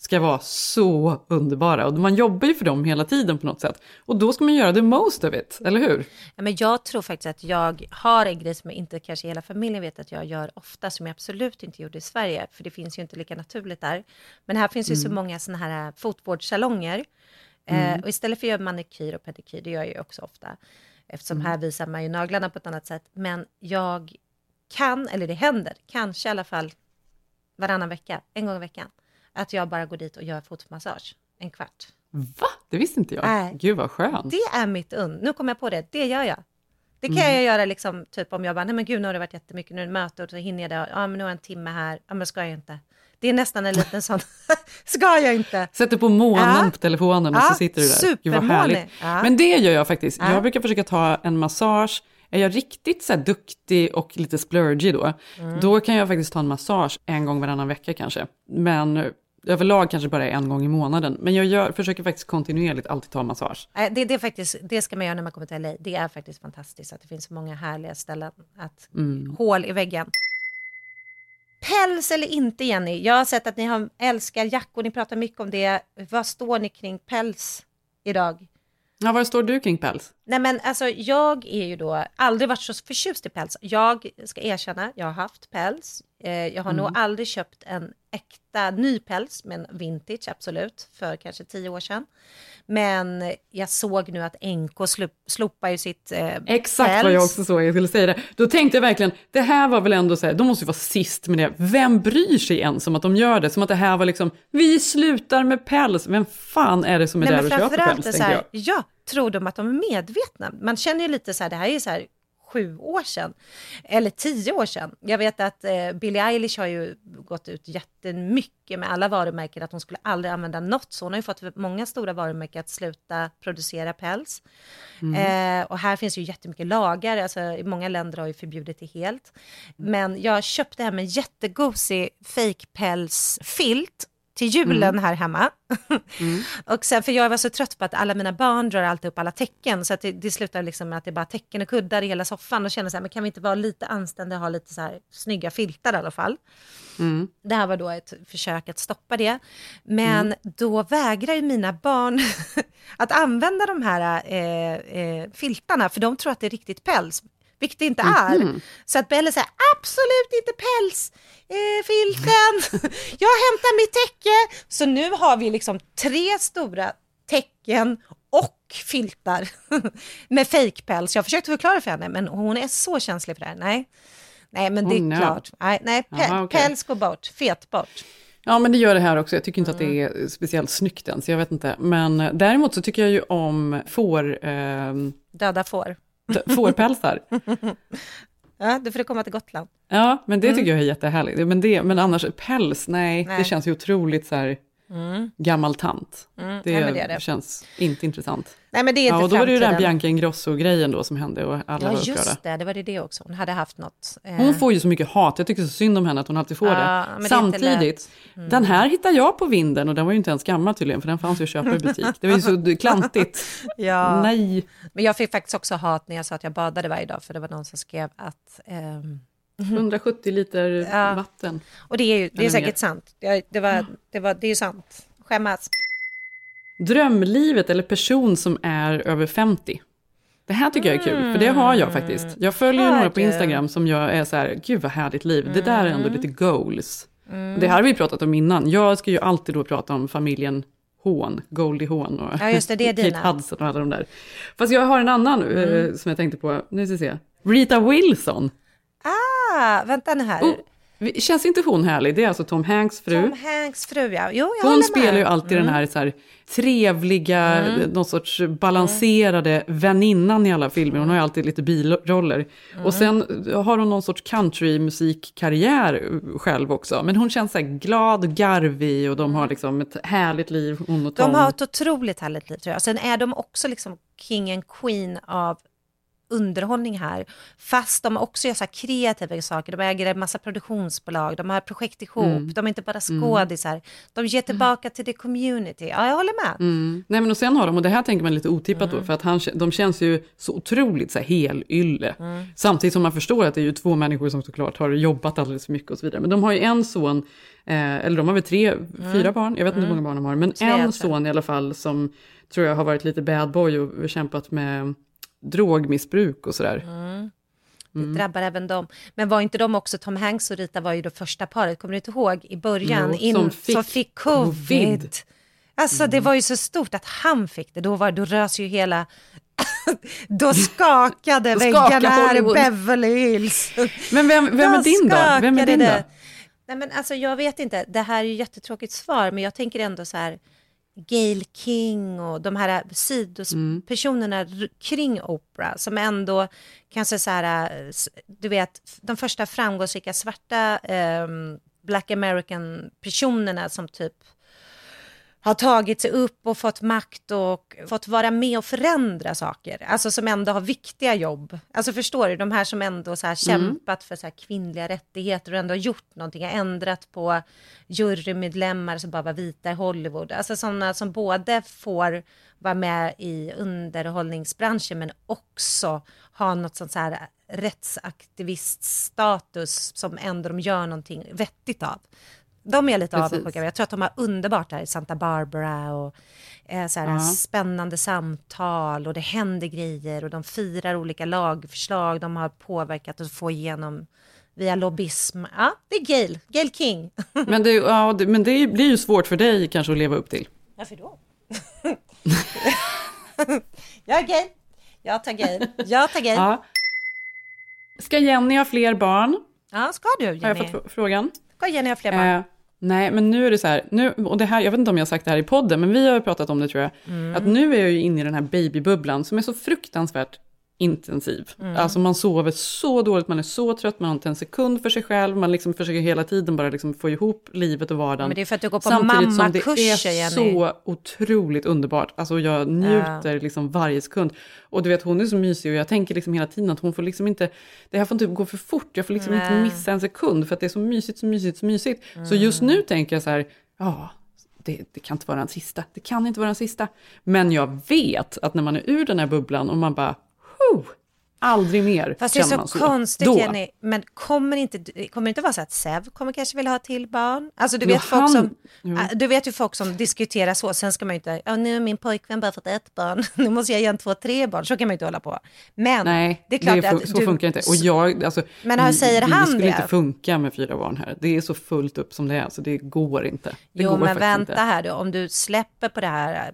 Speaker 4: ska vara så underbara. Och man jobbar ju för dem hela tiden på något sätt. Och då ska man göra the most of it, eller hur?
Speaker 3: Ja, men jag tror faktiskt att jag har en grej som inte kanske hela familjen vet att jag gör ofta, som jag absolut inte gjorde i Sverige. För det finns ju inte lika naturligt där. Men här finns ju så många såna här fotvårdssalonger. Och istället för att göra manikyr och pedikyr, det gör jag ju också ofta. Eftersom här visar man ju naglarna på ett annat sätt. Men jag kan, eller det händer, kanske i alla fall varannan vecka, en gång i veckan. Att jag bara går dit och gör fotmassage. En kvart.
Speaker 4: Va? Det visste inte jag. Gud vad skönt.
Speaker 3: Det är mitt Nu kommer jag på det. Det gör jag. Det kan jag göra liksom, typ om jag bara, nej men gud, nu har det varit jättemycket, nu är det möte och så hinner jag det. Ja, men nu har jag en timme här. Ja, men ska jag inte. Det är nästan en liten sån, ska jag inte.
Speaker 4: Sätter på månen på telefonen och så sitter du där. Gud vad härligt. Men det gör jag faktiskt. Jag brukar försöka ta en massage. Är jag riktigt så här duktig och lite splurgy då kan jag faktiskt ta en massage en gång varannan vecka kanske. Men överlag kanske bara en gång i månaden. Men jag försöker faktiskt kontinuerligt alltid ta massage.
Speaker 3: Det är faktiskt, det ska man göra när man kommer till LA. Det är faktiskt fantastiskt att det finns så många härliga ställen. Hål i väggen. Päls eller inte, Jenny? Jag har sett att ni älskar jackor. Ni pratar mycket om det. Vad står ni kring päls idag?
Speaker 4: Ja, vad står du kring päls?
Speaker 3: Nej, men alltså jag är ju då aldrig varit så förtjust i päls. Jag ska erkänna, jag har haft päls. Jag har nog aldrig köpt en äkta ny päls, men vintage absolut, för kanske 10 år sedan. Men jag såg nu att NK slopar ju sitt
Speaker 4: Exakt
Speaker 3: päls.
Speaker 4: vad jag också såg, jag skulle säga det. Då tänkte jag verkligen, det här var väl ändå så här, de måste ju vara sist med det. Vem bryr sig ens om att de gör det? Som att det här var liksom, vi slutar med päls. Vem fan är det som är där och köper päls, tänker jag?
Speaker 3: Ja, tror de att de är medvetna? Man känner ju lite så här, det här är ju så här 7 år sedan, eller 10 år sedan. Jag vet att Billie Eilish har ju gått ut jättemycket med alla varumärken att hon skulle aldrig använda något. Så hon har ju fått många stora varumärken att sluta producera päls. Och här finns ju jättemycket lagar. Alltså, i många länder har ju förbjudit det helt. Men jag köpte hem en jättegosig fake pälsfilt till julen här hemma. Och sen, för jag var så trött på att alla mina barn drar alltid upp alla tecken, så att det slutar liksom med att det är bara tecken och kuddar i hela soffan, och känner så här, men kan vi inte vara lite anständiga och ha lite så här snygga filtar i alla fall. Det här var då ett försök att stoppa det, men då vägrar ju mina barn att använda de här filtarna, för de tror att det är riktigt päls, vilket det inte är. Så att Belle säger, absolut inte päls, filten, jag hämtar mitt täcke. Så nu har vi liksom 3 stora täcken och filtar med fejkpäls. Jag försökte förklara för henne, men hon är så känslig för det här. Nej, men det är klart. Nej, päls går bort, fet bort.
Speaker 4: Ja, men det gör det här också. Jag tycker inte att det är speciellt snyggt än, så jag vet inte. Men däremot så tycker jag ju om
Speaker 3: döda får.
Speaker 4: Fårpälsar.
Speaker 3: Ja, du får komma till Gotland.
Speaker 4: Ja, men det tycker jag är jättehärligt. Men annars päls, nej. Det känns ju otroligt så här gammal tant. Det känns inte intressant.
Speaker 3: Nej, men det är inte
Speaker 4: och då var det ju den
Speaker 3: framtiden.
Speaker 4: Bianca Ingrosso-grejen då som hände och alla var upprörda.
Speaker 3: Just det var det också. Hon hade haft något.
Speaker 4: Hon får ju så mycket hat. Jag tycker så synd om henne att hon alltid får det. Samtidigt, den här hittar jag på vinden och den var ju inte ens gammal tydligen, för den fanns ju att köpa i butik. Det var ju så klantigt.
Speaker 3: Ja.
Speaker 4: Nej.
Speaker 3: Men jag fick faktiskt också hat när jag sa att jag badade varje dag, för det var någon som skrev att
Speaker 4: 170 liter vatten.
Speaker 3: Och det är säkert sant. Det är ju sant. Skämmas.
Speaker 4: Drömlivet eller person som är över 50. Det här tycker jag är kul, för det har jag faktiskt. Jag följer några på Instagram som jag är så här, gud vad härligt liv. Det där är ändå lite goals. Det här har vi pratat om innan. Jag ska ju alltid då prata om familjen Hån, Goldie Hawn och Kate Hudson och alla de där. Fast jag har en annan som jag tänkte på, nu ska vi se. Rita Wilson.
Speaker 3: Vänta nu här.
Speaker 4: Känns inte hon härlig? Det är alltså Tom Hanks fru.
Speaker 3: Tom Hanks fru, ja. Jo,
Speaker 4: hon spelar ju alltid den här, så här trevliga, någon sorts balanserade väninnan i alla filmer. Hon har ju alltid lite biroller. Och sen har hon någon sorts countrymusikkarriär själv också. Men hon känns så här glad och garvig och de har liksom ett härligt liv, hon och Tom.
Speaker 3: De har ett otroligt härligt liv, tror jag. Sen är de också liksom king and queen av underhållning här. Fast de också gör så här kreativa saker. De äger en massa produktionsbolag. De har projekt ihop. De är inte bara skådisar. De ger tillbaka till the community. Ja, jag håller med.
Speaker 4: Nej, men och sen har de, och det här tänker man lite otippat då, för att de känns ju så otroligt så här helylle. Samtidigt som man förstår att det är ju 2 människor som såklart har jobbat alldeles för mycket och så vidare. Men de har ju en son, eller de har väl 4 barn, jag vet inte hur många barn de har, men en son i alla fall som tror jag har varit lite bad boy och kämpat med drogmissbruk och sådär.
Speaker 3: Det drabbar även dem. Men var inte de också, Tom Hanks och Rita var ju det första paret, kommer du inte ihåg i början, som fick covid. Alltså det var ju så stort att han fick det, då rös ju hela då skakade väggarna här i Beverly Hills.
Speaker 4: Men vem är din då? Vem är din då?
Speaker 3: Nej, men alltså jag vet inte, det här är ju jättetråkigt svar, men jag tänker ändå så här, Gayle King och de här sidospersonerna kring Oprah som ändå kanske så här, du vet, de första framgångsrika svarta Black American personerna som typ har tagit sig upp och fått makt och fått vara med och förändra saker. Alltså som ändå har viktiga jobb. Alltså förstår du, de här som ändå så här kämpat för så här kvinnliga rättigheter och ändå har gjort någonting, har ändrat på jurymedlemmar som bara var vita i Hollywood. Alltså sådana som både får vara med i underhållningsbranschen men också ha något sånt så här rättsaktiviststatus som ändå de gör någonting vettigt av. De är lite avundsjuka. Jag tror att de har underbart här i Santa Barbara och så här spännande samtal och det händer grejer och de firar olika lagförslag de har påverkat att få igenom via lobbyism. Ja, det är Gayle King.
Speaker 4: Men det blir ju svårt för dig kanske att leva upp till.
Speaker 3: Varför då? Jag är Gayle. Jag tar Gayle.
Speaker 4: Ja. Ska Jenny ha fler barn?
Speaker 3: Ja, ska du, Jenny?
Speaker 4: Har jag fått frågan?
Speaker 3: Ska Jenny ha fler barn?
Speaker 4: Nej, men nu är det så här, och det här, jag vet inte om jag har sagt det här i podden, men vi har pratat om det tror jag, att nu är jag ju inne i den här babybubblan som är så fruktansvärt intensiv. Alltså man sover så dåligt, man är så trött, man har inte en sekund för sig själv, man liksom försöker hela tiden bara liksom få ihop livet och vardagen.
Speaker 3: Men det är för att du går på mammakurser,
Speaker 4: Jenny. Samtidigt som det är så otroligt underbart. Alltså jag njuter liksom varje sekund. Och du vet, hon är så mysig och jag tänker liksom hela tiden att hon får liksom inte, det här får inte gå för fort, jag får liksom inte missa en sekund för att det är så mysigt. Så just nu tänker jag så här, det kan inte vara den sista. Det kan inte vara den sista. Men jag vet att när man är ur den här bubblan och man bara aldrig mer.
Speaker 3: Fast det är så konstigt, Jenny. Men kommer det inte vara så att Sev kommer kanske vilja ha till barn? Alltså du vet ju folk som diskuterar så. Sen ska man ju inte, nu är min pojkvän bara fått 1 barn. Nu måste jag igen 2-3 barn. Så kan man ju inte hålla på. Men
Speaker 4: nej,
Speaker 3: det är klart att
Speaker 4: så funkar inte. Och jag, alltså,
Speaker 3: men säger han
Speaker 4: det skulle inte funka med 4 barn här. Det är så fullt upp som det är. Så det går inte.
Speaker 3: Men vänta här då. Om du släpper på det här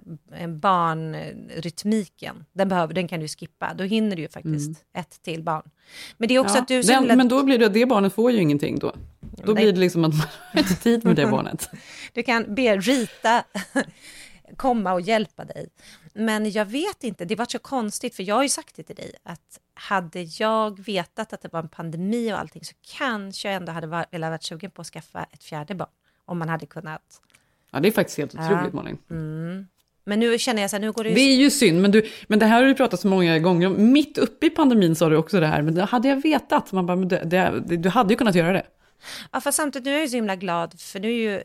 Speaker 3: barnrytmiken. Den kan du skippa. Då hinner du ju faktiskt 1 till barn. Men det är också att du...
Speaker 4: Men då blir det barnet får ju ingenting då. Då blir det liksom att man har inte tid med det barnet.
Speaker 3: Du kan be Rita komma och hjälpa dig. Men jag vet inte, det var så konstigt för jag har ju sagt det till dig att hade jag vetat att det var en pandemi och allting så kanske jag ändå hade varit sugen på att skaffa ett 4:e barn. Om man hade kunnat.
Speaker 4: Ja, det är faktiskt helt otroligt, Malin.
Speaker 3: Men nu känner jag så här, nu går det ju...
Speaker 4: Det är ju synd, men det här har du pratat så många gånger om. Mitt uppe i pandemin sa du också det här, men det hade jag vetat. Man bara, du hade ju kunnat göra det.
Speaker 3: Ja, för samtidigt nu är jag ju så himla glad för nu är ju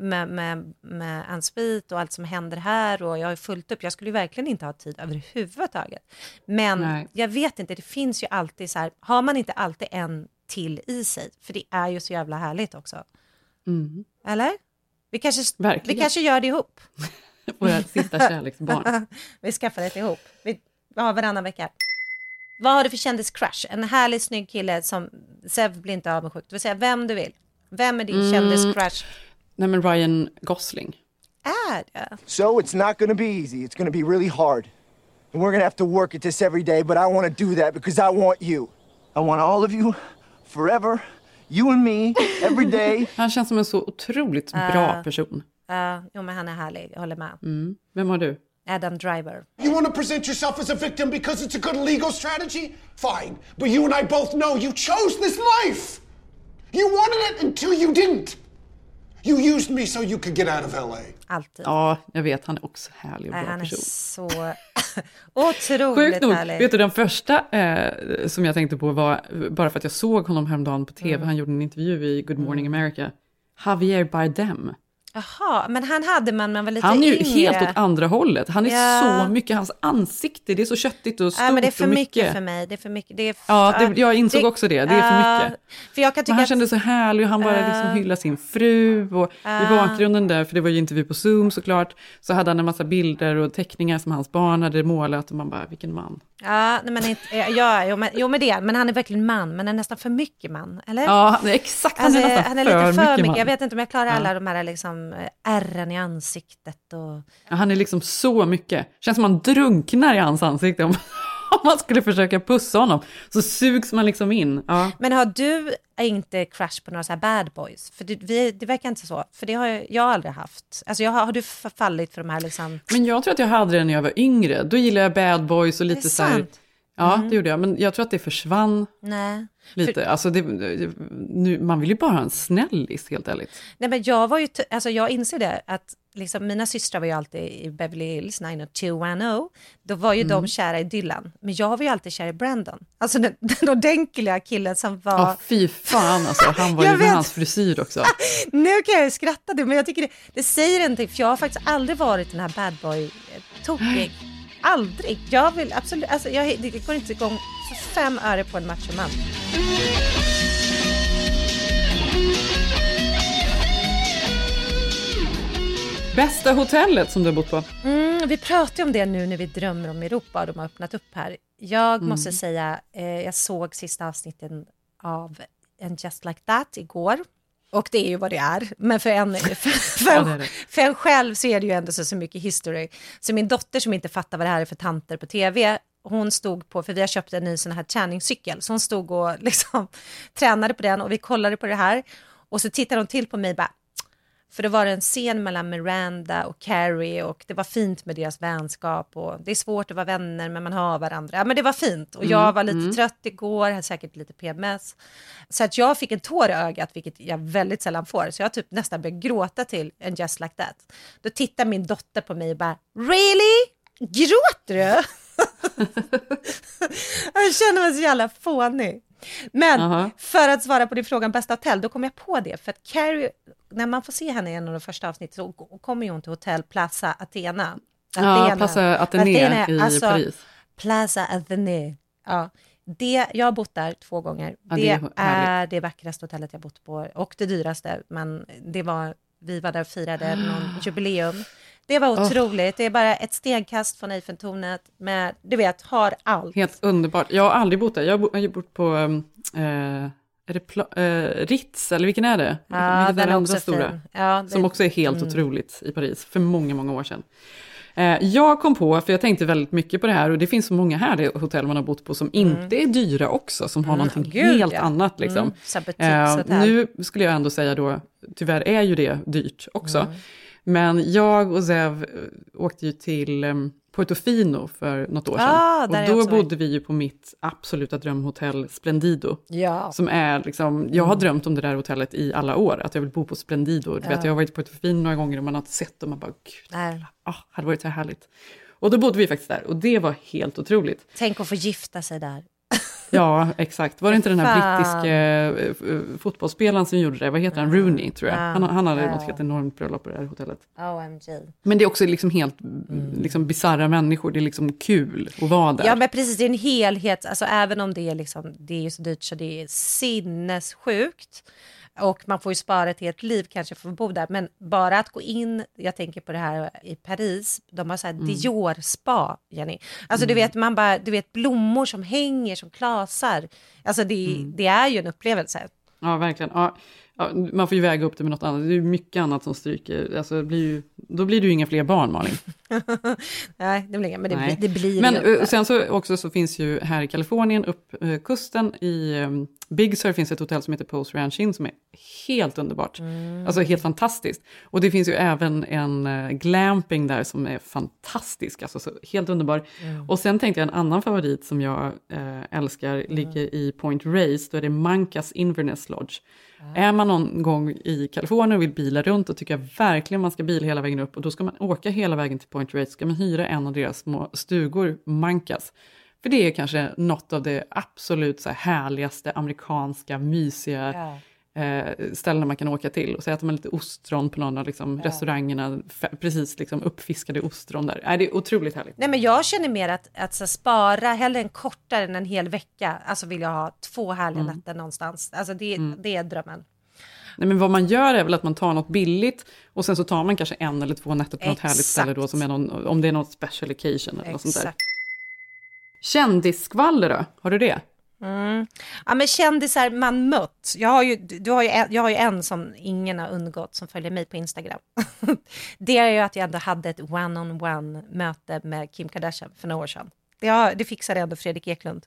Speaker 3: med Ansvit och allt som händer här och jag är fullt upp. Jag skulle ju verkligen inte ha tid överhuvudtaget. Men jag vet inte, det finns ju alltid så här, har man inte alltid en till i sig? För det är ju så jävla härligt också. Eller? Vi kanske gör det ihop.
Speaker 4: Våra sista kärleksbarn.
Speaker 3: Vi skaffar det ihop. Vi har varannan vecka. Vad har du för kändiscrush? En härlig snygg kille som Sev blir inte avundsjuk. Du vill säga vem du vill. Vem är din kändiscrush?
Speaker 4: Nej, men Ryan Gosling.
Speaker 3: Det?
Speaker 15: So it's not gonna be easy. It's gonna be really hard. And we're gonna have to work at this every day, but I want to do that because I want you. I want all of you forever. You and me every day.
Speaker 4: Han känns som en så otroligt bra person.
Speaker 3: Jo, men han är härlig. Jag håller med.
Speaker 4: Vem har du?
Speaker 3: Adam Driver.
Speaker 14: You want to present yourself as a victim because it's a good legal strategy? Fine. But you and I both know you chose this life. You wanted it until you didn't. You used me so you could get out of LA.
Speaker 3: Alltid.
Speaker 4: Ja, jag vet. Han är också härlig och bra
Speaker 3: han
Speaker 4: person.
Speaker 3: Är så otroligt
Speaker 4: Sjukt nog,
Speaker 3: härlig.
Speaker 4: vet du, den första som jag tänkte på var, bara för att jag såg honom häromdagen på tv, han gjorde en intervju i Good Morning America, Javier Bardem.
Speaker 3: Jaha, men han hade man var lite
Speaker 4: Han är ju
Speaker 3: yngre.
Speaker 4: helt åt andra hållet. Han är så mycket, hans ansikte, det är så köttigt och stort.
Speaker 3: Ja, men det är för
Speaker 4: och
Speaker 3: mycket för mig. Det är för mycket.
Speaker 4: Jag insåg också det. Det är för mycket.
Speaker 3: För jag kan tycka
Speaker 4: men han kände så härlig och han bara liksom hyllade sin fru. Och i bakgrunden där, för det var ju intervju på Zoom såklart, så hade han en massa bilder och teckningar som hans barn hade målat. Och man bara, vilken man.
Speaker 3: Ja, nej, men jo, men det. Men han är verkligen man, men han är nästan för mycket man, eller?
Speaker 4: Ja, exakt. Han är nästan
Speaker 3: han är lite för mycket.
Speaker 4: man.
Speaker 3: Jag vet inte om jag klarar alla de här liksom ärren i ansiktet. Och...
Speaker 4: Ja, han är liksom så mycket. Känns som man drunknar i hans ansikte om man skulle försöka pussa honom. Så sugs man liksom in. Ja.
Speaker 3: Men har du inte crush på några så här bad boys? För det verkar inte så. För det har jag aldrig haft. Alltså har du fallit för de här liksom...
Speaker 4: Men jag tror att jag hade det när jag var yngre. Då gillade jag bad boys och lite så här... Ja, det gjorde jag. Men jag tror att det försvann lite. Alltså nu, man vill ju bara ha en snällis, helt ärligt.
Speaker 3: Nej, men jag var ju... jag inser det att liksom, mina systrar var ju alltid i Beverly Hills 90210. Då var ju de kära i Dylan. Men jag var ju alltid kär i Brandon. Alltså den ordentliga killen som var...
Speaker 4: Ja, fy fan alltså. Han var ju med hans frisyr också.
Speaker 3: Nu kan jag ju skratta det, men jag tycker det säger inte. För jag har faktiskt aldrig varit den här bad boy-tokig. Aldrig. Jag vill absolut... Alltså, det går inte igång för 5 öre på en machoman.
Speaker 4: Bästa hotellet som du har bott på?
Speaker 3: Vi pratar om det nu när vi drömmer om Europa och de har öppnat upp här. Jag måste säga, jag såg sista avsnitten av En Just Like That igår. Och det är ju vad det är. Men för en själv så är det ju ändå så mycket history. Så min dotter som inte fattar vad det här är för tanter på tv, hon stod på, för vi har köpt en ny sån här träningscykel. Så hon stod och liksom tränade på den och vi kollade på det här. Och så tittade hon till på mig bara, för det var en scen mellan Miranda och Carrie och det var fint med deras vänskap och det är svårt att vara vänner men man har varandra. Ja, men det var fint och jag var lite trött igår, hade säkert lite PMS. Så att jag fick en tår i ögat, vilket jag väldigt sällan får. Så jag typ nästan började gråta till En Just Like That. Då tittar min dotter på mig och bara, really? Gråter du? Jag känner mig så jävla fånig. Men för att svara på din frågan bästa hotell, då kom jag på det. För att Carrie, när man får se henne i en av de första avsnitt så kommer hon till hotell Plaza Athena.
Speaker 4: Plaza Athena i Paris.
Speaker 3: Plaza Athena, ja. Jag har bott där 2 gånger.
Speaker 4: Ja,
Speaker 3: det är det vackraste hotellet jag bott på. Och det dyraste, men vi var där och firade någon jubileum. Det var otroligt. Det är bara ett stenkast från Eiffeltornet med, du vet, har allt.
Speaker 4: Helt underbart. Jag har aldrig bott där. Jag har bott på är det Ritz, eller vilken är det?
Speaker 3: Ja, den är
Speaker 4: andra
Speaker 3: också
Speaker 4: stora,
Speaker 3: fin. Ja,
Speaker 4: som också är helt otroligt i Paris för många, många år sedan. Jag kom på, för jag tänkte väldigt mycket på det här, och det finns så många här hotell man har bott på som inte är dyra också, som har någonting helt annat liksom. Nu skulle jag ändå säga då, tyvärr är ju det dyrt också. Men jag och Zev åkte ju till Portofino för något år sedan. Och då bodde vi ju på mitt absoluta drömhotell Splendido. Ja. Som är liksom, jag har drömt om det där hotellet i alla år, att jag vill bo på Splendido. Du vet, jag har varit på Portofino några gånger och man har inte sett dem och man bara, gud, hade varit så här härligt. Och då bodde vi faktiskt där och det var helt otroligt.
Speaker 3: Tänk att få gifta sig där.
Speaker 4: Ja, exakt. Var det inte den här brittiska fotbollsspelaren som gjorde det? Vad heter han? Rooney, tror jag. Han hade något helt enormt bröllop på det här hotellet.
Speaker 3: OMG.
Speaker 4: Men det är också liksom helt liksom bizarra människor. Det är liksom kul att vara där.
Speaker 3: Ja, men precis. Det är en helhet. Alltså, även om det är, liksom, det är så dyrt så det är sinnessjukt. Och man får ju spara ett helt liv kanske för att bo där. Men bara att gå in, jag tänker på det här i Paris, de har så här Dior-spa, Jenny. Alltså du vet blommor som hänger, som klasar. Alltså det är ju en upplevelse.
Speaker 4: Ja, verkligen. Ja, man får ju väga upp det med något annat. Det är ju mycket annat som stryker. Alltså, då blir det ju inga fler barn, Malin.
Speaker 3: Nej, det blir inga, men
Speaker 4: Nej.
Speaker 3: det blir
Speaker 4: men
Speaker 3: ju inte.
Speaker 4: Sen så finns ju här i Kalifornien upp kusten i Big Sur finns ett hotell som heter Post Ranch Inn som är helt underbart. Alltså helt fantastiskt. Och det finns ju även en glamping där som är fantastisk, alltså så helt underbar. Och sen tänkte jag en annan favorit som jag älskar ligger i Point Reyes, då är det Mancas Inverness Lodge. Är man någon gång i Kalifornien och vill bila runt och tycker jag verkligen man ska bila hela vägen upp och då ska man åka hela vägen till Point Reyes, ska man hyra en av deras små stugor, Mancas. För det är kanske något av det absolut så här härligaste amerikanska, mysiga ställen man kan åka till. Och så äter man lite ostron på någon av liksom restaurangerna, precis liksom uppfiskade ostron där. Det är otroligt härligt.
Speaker 3: Nej, men jag känner mer att så spara hellre en kortare än en hel vecka. Alltså vill jag ha 2 härliga nätter någonstans. Alltså det är drömmen.
Speaker 4: Nej, men vad man gör är väl att man tar något billigt och sen så tar man kanske 1 eller 2 nätter på något härligt ställe då, som är någon, om det är något special occasion eller något sånt där. Kändisskvaller då? Har du det?
Speaker 3: Ja, men kändisar man mött. Jag har ju en som ingen har undgått som följer mig på Instagram. Det är ju att jag ändå hade ett one-on-one möte med Kim Kardashian för några år sedan. Det fixade ändå Fredrik Eklund.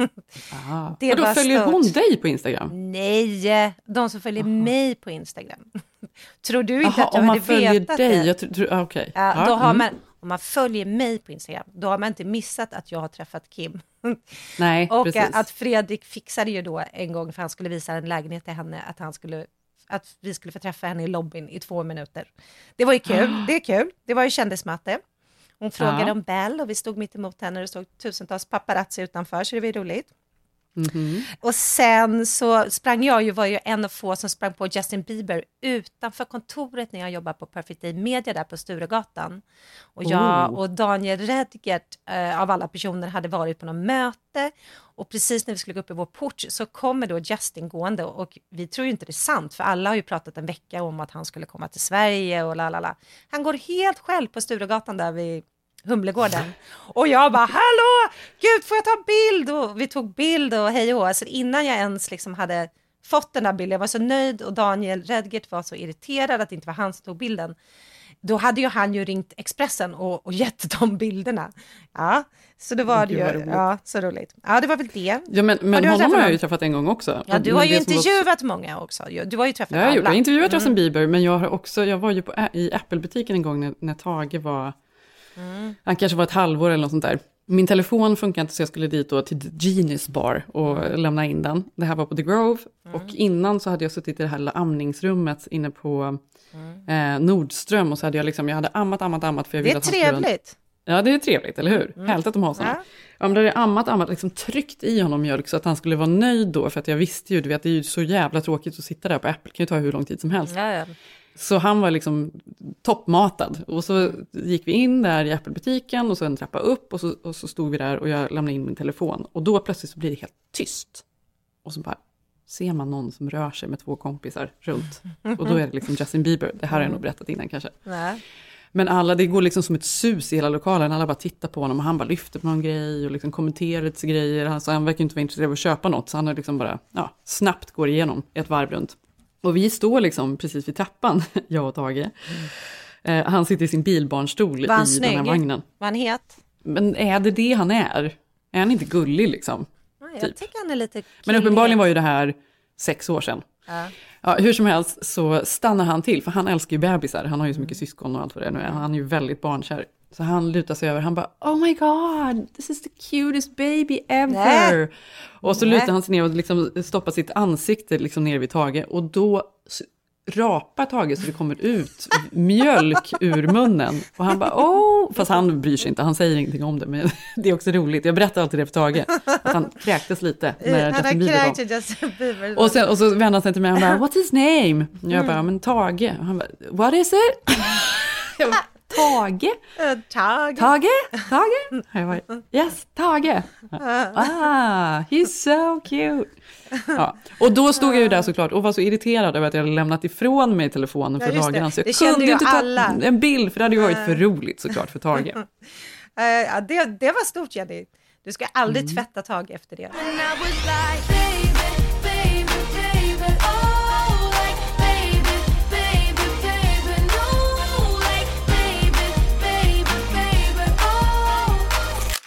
Speaker 4: Det och då följer hon dig på Instagram?
Speaker 3: Nej, de som följer mig på Instagram. Tror du inte att jag
Speaker 4: om man
Speaker 3: hade
Speaker 4: följer
Speaker 3: vetat
Speaker 4: dig?
Speaker 3: det?
Speaker 4: Okay.
Speaker 3: Då har man, om man följer mig på Instagram, då har man inte missat att jag har träffat Kim.
Speaker 4: Nej,
Speaker 3: och
Speaker 4: precis.
Speaker 3: att Fredrik fixade ju då en gång, för han skulle visa en lägenhet till henne, att vi skulle få träffa henne i lobbyn i 2 minuter. Det var ju kul, det är kul. Det var ju kändismöte. Hon frågade om Bell och vi stod mitt emot henne och det stod tusentals paparazzi utanför, så det var ju roligt. Och sen så var ju en av få som sprang på Justin Bieber utanför kontoret när jag jobbade på Perfect Day Media där på Sturegatan. Och jag och Daniel Redgert av alla personer hade varit på något möte och precis när vi skulle gå upp i vår port så kommer då Justin gående och vi tror ju inte det är sant, för alla har ju pratat en vecka om att han skulle komma till Sverige och lalala. Han går helt själv på Sturegatan där vid Humlegården. Och jag bara, hallå, gud får jag ta bild? Och vi tog bild och hej och alltså innan jag ens liksom hade fått den där bilden, jag var så nöjd och Daniel Redgert var så irriterad att det inte var han som tog bilden. Då hade ju han ringt Expressen och gett de bilderna. Ja, så det var det ju. Så roligt. Ja, det var väl det.
Speaker 4: Ja, men honom har jag ju träffat en gång också.
Speaker 3: Ja, du har ju intervjuat många också. Du har ju träffat alla.
Speaker 4: Jag har intervjuat Justin Bieber, men jag var ju i Apple-butiken en gång när Tage var... Han kanske var ett halvår eller något sånt där. Min telefon funkar inte så jag skulle dit då till Genius Bar och lämna in den. Det här var på The Grove. Och innan så hade jag suttit i det här lilla amningsrummet inne på Nordström. Och så hade jag hade ammat för jag ville att han skulle... Det är trevligt. Ja, det är trevligt, eller hur? Härligt att de har sådana. Ja, men då hade jag ammat, liksom tryckt i honom mjölk så att han skulle vara nöjd då. För att jag visste ju, du vet, det är ju så jävla tråkigt att sitta där på Apple. Det kan ju ta hur lång tid som helst. Ja. Så han var liksom toppmatad. Och så gick vi in där i Apple-butiken och så en trappa upp och så stod vi där och jag lämnade in min telefon. Och då plötsligt så blir det helt tyst. Och så bara ser man någon som rör sig med 2 kompisar runt. Och då är det liksom Justin Bieber. Det här har jag nog berättat innan kanske. Nej. Men det går liksom som ett sus i hela lokalen. Alla bara tittar på honom och han bara lyfter på någon grej och liksom kommenterar lite grejer. Alltså, han verkar inte vara intresserad av att köpa något. Så han har liksom bara snabbt går igenom ett varv runt. Och vi står liksom precis vid trappan, jag och Tage. Han sitter i sin bilbarnstol i den här vagnen.
Speaker 3: Var han het?
Speaker 4: Men är det han är? Är han inte gullig liksom?
Speaker 3: Jag tycker han är lite killig.
Speaker 4: Men uppenbarligen var ju det här 6 år sedan. Ja, hur som helst så stannar han till, för han älskar ju bebisar. Han har ju så mycket syskon och allt vad det är nu är. Han är ju väldigt barnkär. Så han lutar sig över, han bara, oh my god, this is the cutest baby ever. Nej. Och så lutar han sig ner och liksom stoppar sitt ansikte liksom ner vid Tage. Och då rapar Tage så det kommer ut mjölk ur munnen. Och han bara, fast han bryr sig inte, han säger ingenting om det. Men det är också roligt, jag berättar alltid det för Tage. Att han kräktes lite när Justin Bieber kom. Och så vände han sig till mig och han bara, what's his name? Jag bara, men Tage. Och han bara, what is it? Jag bara, Tage? Tage? Jag bara, yes, Tage. He's so cute. Ja. Och då stod jag ju där såklart och var så irriterad över att jag hade lämnat ifrån mig telefonen för dagarna. Så jag kunde ju inte ta en bild, för det hade ju varit för roligt såklart för Tage.
Speaker 3: Det var stort, Jenny. Du ska aldrig tvätta Tage efter det.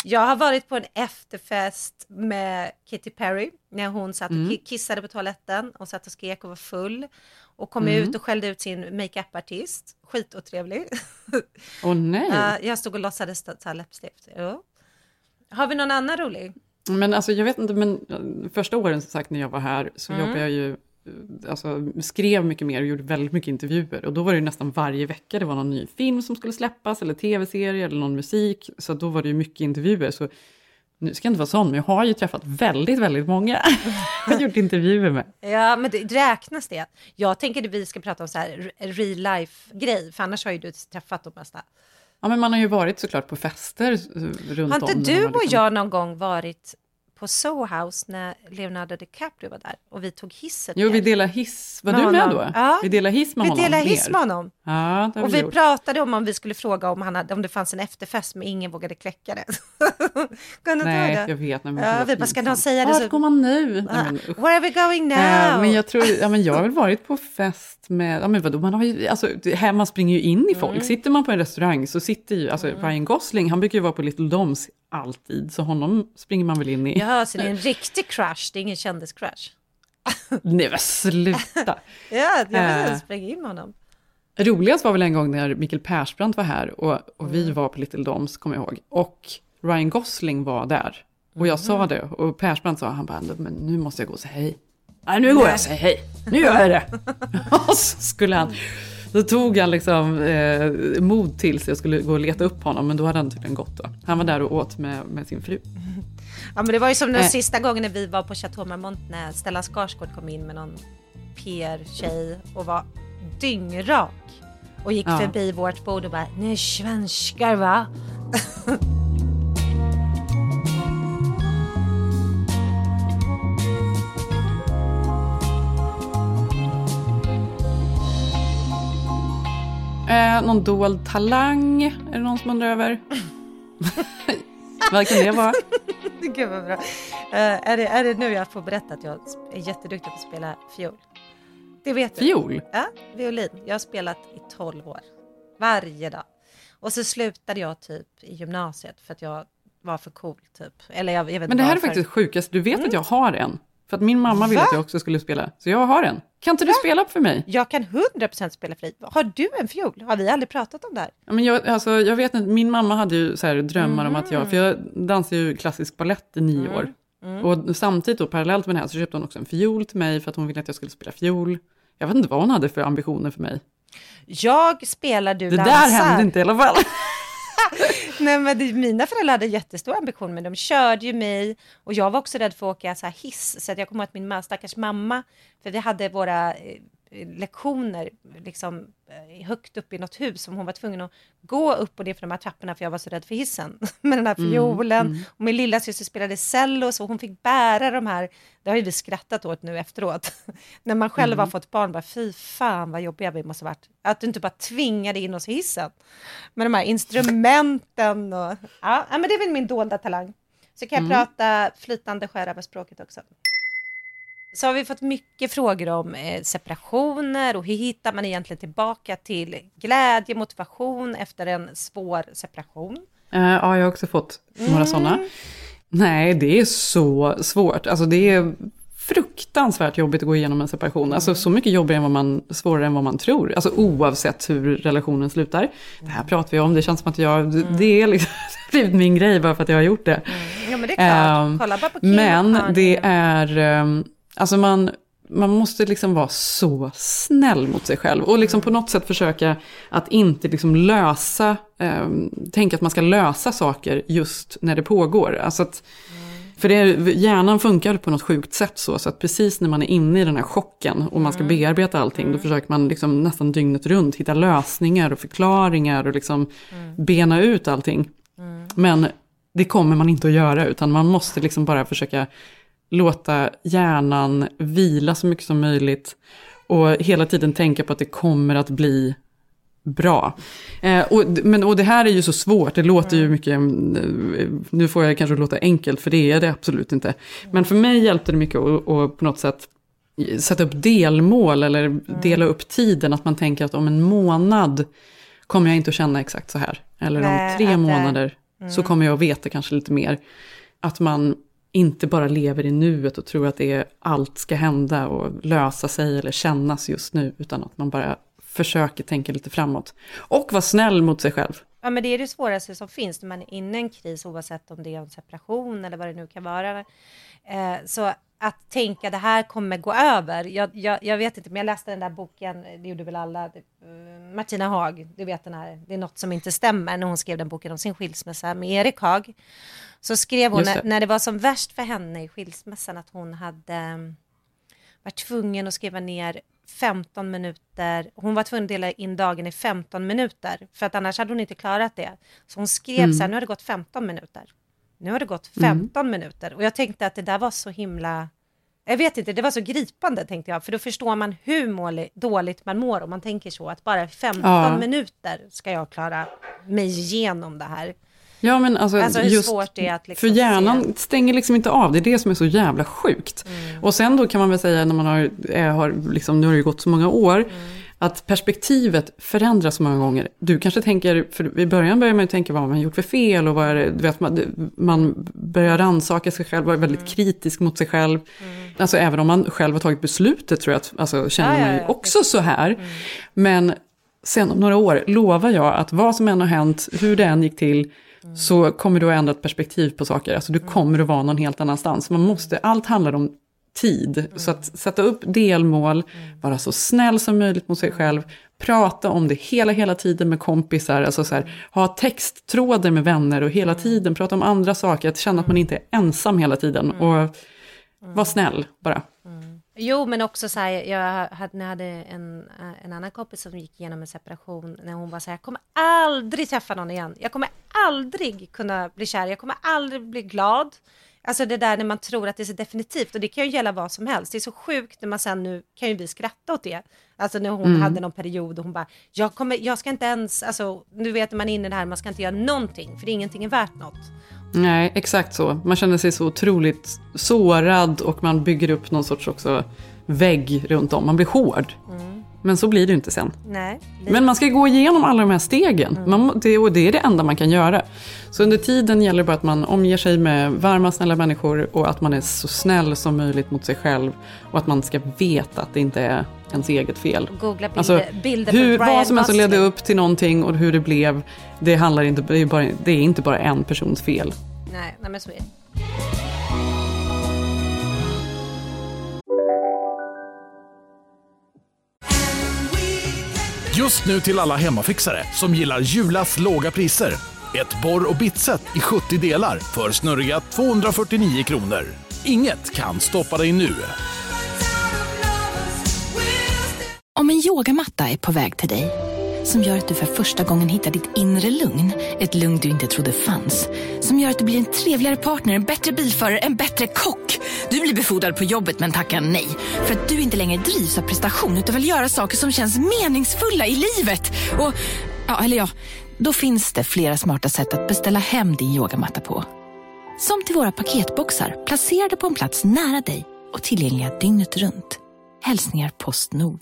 Speaker 3: Jag har varit på en efterfest med Katy Perry när hon satt och kissade på toaletten och satt och skrek och var full. Och kom ut och skällde ut sin make-up-artist. Skitotrevlig.
Speaker 4: Nej.
Speaker 3: Jag stod och låtsades ta läppstift. Ja. Har vi någon annan rolig?
Speaker 4: Men alltså jag vet inte, men första åren som sagt när jag var här så jobbade jag ju, alltså skrev mycket mer och gjorde väldigt mycket intervjuer. Och då var det ju nästan varje vecka det var någon ny film som skulle släppas eller tv-serie eller någon musik. Så då var det ju mycket intervjuer. Så nu ska jag inte vara sån, men jag har ju träffat väldigt, väldigt många. Jag har gjort intervjuer med.
Speaker 3: Ja, men det räknas det. Jag tänker att vi ska prata om så här real life-grej, för annars har ju du träffat de mesta.
Speaker 4: Ja, men man har ju varit såklart på fester runt om.
Speaker 3: Har inte du och jag någon gång varit på Soho House när Leonardo DiCaprio var där och vi tog hissen?
Speaker 4: Jo, vi delade hiss. Var du med då?
Speaker 3: Ja.
Speaker 4: Vi delade hiss med honom.
Speaker 3: Vi delade hiss med honom.
Speaker 4: Ja, det har
Speaker 3: och vi pratade om vi skulle fråga om det fanns en efterfest, men ingen vågade kläcka det.
Speaker 4: Nej, jag vet.
Speaker 3: Vi bara, ska någon säga det?
Speaker 4: Vart går man nu?
Speaker 3: Where are we going now?
Speaker 4: Men jag tror, jag har väl varit på fest med, men vadå, man har ju, alltså, här man springer ju in i folk. Sitter man på en restaurang så sitter ju, alltså Ryan Gosling, han brukar ju vara på Little Doms alltid, så honom springer man väl in i.
Speaker 3: Ja, så det är en riktig crush, det är ingen kändis-crush.
Speaker 4: Nej, men sluta.
Speaker 3: Ja, jag vill springa in med honom.
Speaker 4: Roligast var väl en gång när Mikael Persbrandt var här och vi var på Little Doms, kommer jag ihåg. Och Ryan Gosling var där. Och jag sa det, och Persbrandt sa, han bara, men nu måste jag gå och säga hej. Nej, nu går jag och säger hej. Nu gör jag det. Och så skulle han, då tog han liksom mod till sig och skulle gå och leta upp honom, men då hade han tydligen gått då. Han var där och åt med sin fru.
Speaker 3: Ja, men det var ju som den sista gången när vi var på Chateau Marmont när Stellan Skarsgård kom in med någon PR-tjej och var dyngrak och gick förbi vårt bord och bara, ni är svenskar va?
Speaker 4: Någon dold talang? Är det någon som undrar över? Vad kan det vara?
Speaker 3: Gud vad bra. Är det nu jag får berätta att jag är jätteduktig på att spela fiol? Det vet du.
Speaker 4: Fiol?
Speaker 3: Ja, violin. Jag har spelat i 12 år. Varje dag. Och så slutade jag typ i gymnasiet för att jag var för cool typ. Eller jag vet.
Speaker 4: Men det här är faktiskt sjukast. Du vet att jag har en. För att min mamma ville att jag också skulle spela. Så jag har en. Kan inte du spela upp för mig?
Speaker 3: Jag kan 100% spela för dig. Har du en fiol? Har vi aldrig pratat om det här?
Speaker 4: Ja, men jag vet inte. Min mamma hade ju så här drömmar om att för jag dansar ju klassisk ballett i 9 år. Och samtidigt och parallellt med det här så köpte hon också en fiol till mig för att hon ville att jag skulle spela fiol. Jag vet inte vad hon hade för ambitioner för mig.
Speaker 3: Jag spelar, du dansar.
Speaker 4: Det där hände inte i alla fall.
Speaker 3: Nej, men mina föräldrar hade jättestor ambition, men de körde ju mig och jag var också rädd för att åka så här hiss, så att jag kommer ihåg att min stackars mamma, för vi hade våra lektioner liksom högt upp i något hus som hon var tvungen att gå upp och ner för de här trapporna för jag var så rädd för hissen med den här fiolen och min lilla syster spelade cello så hon fick bära de här, det har ju vi skrattat åt nu efteråt när man själv har fått barn, bara fy fan vad jobbiga vi måste ha varit, att du inte bara tvingade in oss i hissen med de här instrumenten och ja men det är väl min dolda talang, så kan jag prata flytande sjörövarspråket också. Så har vi fått mycket frågor om separationer och hur hittar man egentligen tillbaka till glädje, motivation efter en svår separation.
Speaker 4: Ja, jag har också fått några sådana. Nej, det är så svårt. Alltså det är fruktansvärt jobbigt att gå igenom en separation. Alltså så mycket jobbigare svårare än vad man tror. Alltså oavsett hur relationen slutar. Det här pratar vi om, det känns som att det är liksom blivit min grej bara för att jag har gjort det.
Speaker 3: Ja, men det är klart. Kolla bara på Kim.
Speaker 4: Men det är... Alltså man måste liksom vara så snäll mot sig själv och liksom på något sätt försöka att inte liksom lösa, tänka att man ska lösa saker just när det pågår. Alltså att, för hjärnan funkar på något sjukt sätt så att precis när man är inne i den här chocken och man ska bearbeta allting, då försöker man liksom nästan dygnet runt hitta lösningar och förklaringar och liksom bena ut allting. Men det kommer man inte att göra, utan man måste liksom bara försöka låta hjärnan vila så mycket som möjligt och hela tiden tänka på att det kommer att bli bra. Och det här är ju så svårt, det låter ju mycket, nu får jag kanske låta enkelt för det är det absolut inte. Men för mig hjälpte det mycket att på något sätt sätta upp delmål eller dela upp tiden, att man tänker att om en månad kommer jag inte att känna exakt så här. Eller om 3 månader så kommer jag att veta kanske lite mer. Att man inte bara lever i nuet och tror att allt ska hända och lösa sig eller kännas just nu. Utan att man bara försöker tänka lite framåt. Och vara snäll mot sig själv.
Speaker 3: Ja, men det är det svåraste som finns när man är inne i en kris, oavsett om det är en separation eller vad det nu kan vara. Så att tänka det här kommer gå över. Jag vet inte, men jag läste den där boken, det gjorde väl alla, Martina Haag, du vet den här, det är något som inte stämmer, när hon skrev den boken om sin skilsmässa med Erik Haag. Så skrev hon när det var som värst för henne i skilsmässan att hon hade varit tvungen att skriva ner 15 minuter. Hon var tvungen att dela in dagen i 15 minuter. För att annars hade hon inte klarat det. Så hon skrev så här, nu har det gått 15 minuter. Nu har det gått 15 minuter. Och jag tänkte att det där var så himla... Jag vet inte, det var så gripande tänkte jag. För då förstår man hur dåligt man mår om man tänker så. Att bara 15 minuter ska jag klara mig igenom det här.
Speaker 4: Ja, men alltså
Speaker 3: hur
Speaker 4: just
Speaker 3: svårt det är att liksom
Speaker 4: för hjärnan stänger liksom inte av. Det är det som är så jävla sjukt. Och sen då kan man väl säga när man har liksom, nu har det ju gått så många år, att perspektivet förändras så många gånger. Du kanske tänker, för i början börjar man ju tänka vad man gjort för fel och vad är det, du vet, man börjar rannsaka sig själv, vara väldigt kritisk mot sig själv. Alltså även om man själv har tagit beslutet tror jag att, alltså, känner man ju också så här. Men sen om några år lovar jag att vad som än har hänt, hur det än gick till, så kommer du att ändra ett perspektiv på saker. Alltså du kommer att vara någon helt annanstans. Allt handlar om tid. Så att sätta upp delmål, vara så snäll som möjligt mot sig själv, prata om det hela tiden med kompisar, alltså så här, ha texttrådar med vänner och hela tiden prata om andra saker, att känna att man inte är ensam hela tiden och vara snäll bara.
Speaker 3: Jo, men också så här, jag hade en annan kompis som gick igenom en separation när hon var så här, jag kommer aldrig träffa någon igen. Jag kommer aldrig kunna bli kär. Jag kommer aldrig bli glad. Alltså det där när man tror att det är så definitivt. Och det kan ju gälla vad som helst. Det är så sjukt när man sen, nu kan ju vi skratta åt det. Alltså när hon hade någon period och hon bara, jag ska inte ens, alltså nu vet man inne i det här, man ska inte göra någonting. För ingenting är värt något.
Speaker 4: Nej, exakt så. Man känner sig så otroligt sårad och man bygger upp någon sorts också vägg runt om. Man blir hård. Men så blir det inte sen.
Speaker 3: Nej.
Speaker 4: Men man ska gå igenom alla de här stegen. Och det är det enda man kan göra. Så under tiden gäller det bara att man omger sig med varma, snälla människor och att man är så snäll som möjligt mot sig själv. Och att man ska veta att det inte är ens eget fel.
Speaker 3: Googla
Speaker 4: bilder vad som helst som ledde upp till någonting och hur det blev, det handlar inte, det är inte bara en persons fel.
Speaker 3: Nej men så är det.
Speaker 16: Just nu till alla hemmafixare som gillar Julas låga priser. Ett borr- och bitset i 70 delar för snurriga 249 kronor. Inget kan stoppa dig nu.
Speaker 17: Om en yogamatta är på väg till dig, som gör att du för första gången hittar ditt inre lugn, ett lugn du inte trodde fanns, som gör att du blir en trevligare partner, en bättre bilförare, en bättre kock. Du blir befordrad på jobbet men tackar nej, för att du inte längre drivs av prestation utan vill göra saker som känns meningsfulla i livet. Och, då finns det flera smarta sätt att beställa hem din yogamatta på. Som till våra paketboxar, placerade på en plats nära dig och tillgängliga dygnet runt. Hälsningar Postnord.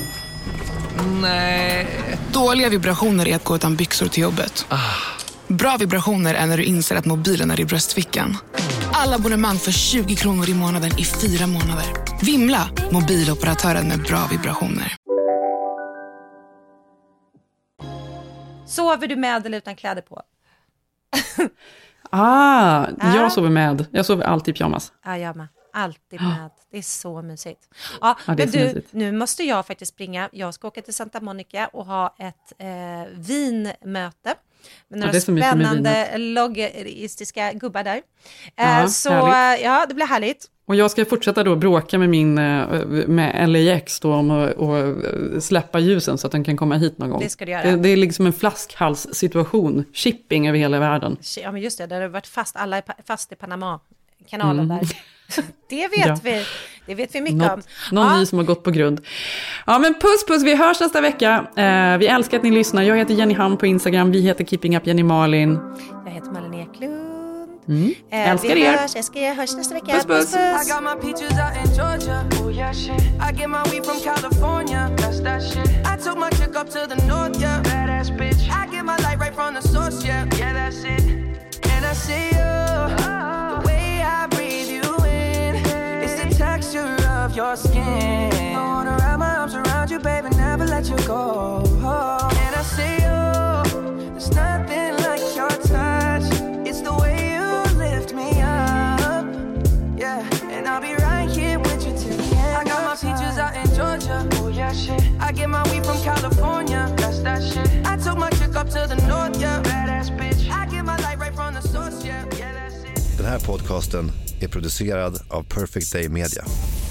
Speaker 18: Nej. Dåliga vibrationer är att gå utan byxor till jobbet. Bra vibrationer är när du inser att mobilen är i bröstfickan. Alla abonnemang för 20 kronor i månaden i 4 månader. Vimla, mobiloperatören med bra vibrationer.
Speaker 3: Sover du med eller utan kläder på?
Speaker 4: Jag sover med. Jag sover alltid i pyjamas.
Speaker 3: Ja, jag med. Alltid med. Det är så mysigt. Ja, men du, nu måste jag faktiskt springa. Jag ska åka till Santa Monica och ha ett vinmöte med några spännande lobbyistiska gubbar där. Så härligt. Ja, det blir härligt.
Speaker 4: Och jag ska fortsätta då bråka med LAX då om att släppa ljusen så att den kan komma hit någon gång.
Speaker 3: Det ska du göra.
Speaker 4: Det är liksom en flaskhalssituation. Shipping över hela världen.
Speaker 3: Ja, men just det. Där har varit alla är fast i Panama-kanalen där. Det vet vi. Det vet vi mycket om.
Speaker 4: Någon ny som har gått på grund. Ja, men puss. Vi hörs nästa vecka. Vi älskar att ni lyssnar. Jag heter Jenny Ham på Instagram. Vi heter Keeping Up Jenny Malin.
Speaker 3: Jag heter Malin Eklund.
Speaker 4: Älskar er.
Speaker 3: Jag hörs nästa vecka.
Speaker 4: Puss.
Speaker 13: I got my peaches out in Georgia. Oh yeah, shit. I get my weed from California. That's that shit. I took my chick up to the north, yeah.
Speaker 19: badass bitch. I get my light right from the source, yeah, yeah, that's it. And I see you, the way I breathe you in, it's the texture of your skin. I wanna wrap my arms around you, baby, never let you go. And I see you, there's nothing like your touch. It's the way you lift me up, yeah. And I'll be right here with you till the end. I got my peaches out in Georgia, oh yeah shit. I get my weed from California, that's that shit. I took my chick up to the north, yeah, badass bitch. I get my light right from the source, yeah, yeah, that's it.
Speaker 20: Den här podcasten är producerad av Perfect Day Media.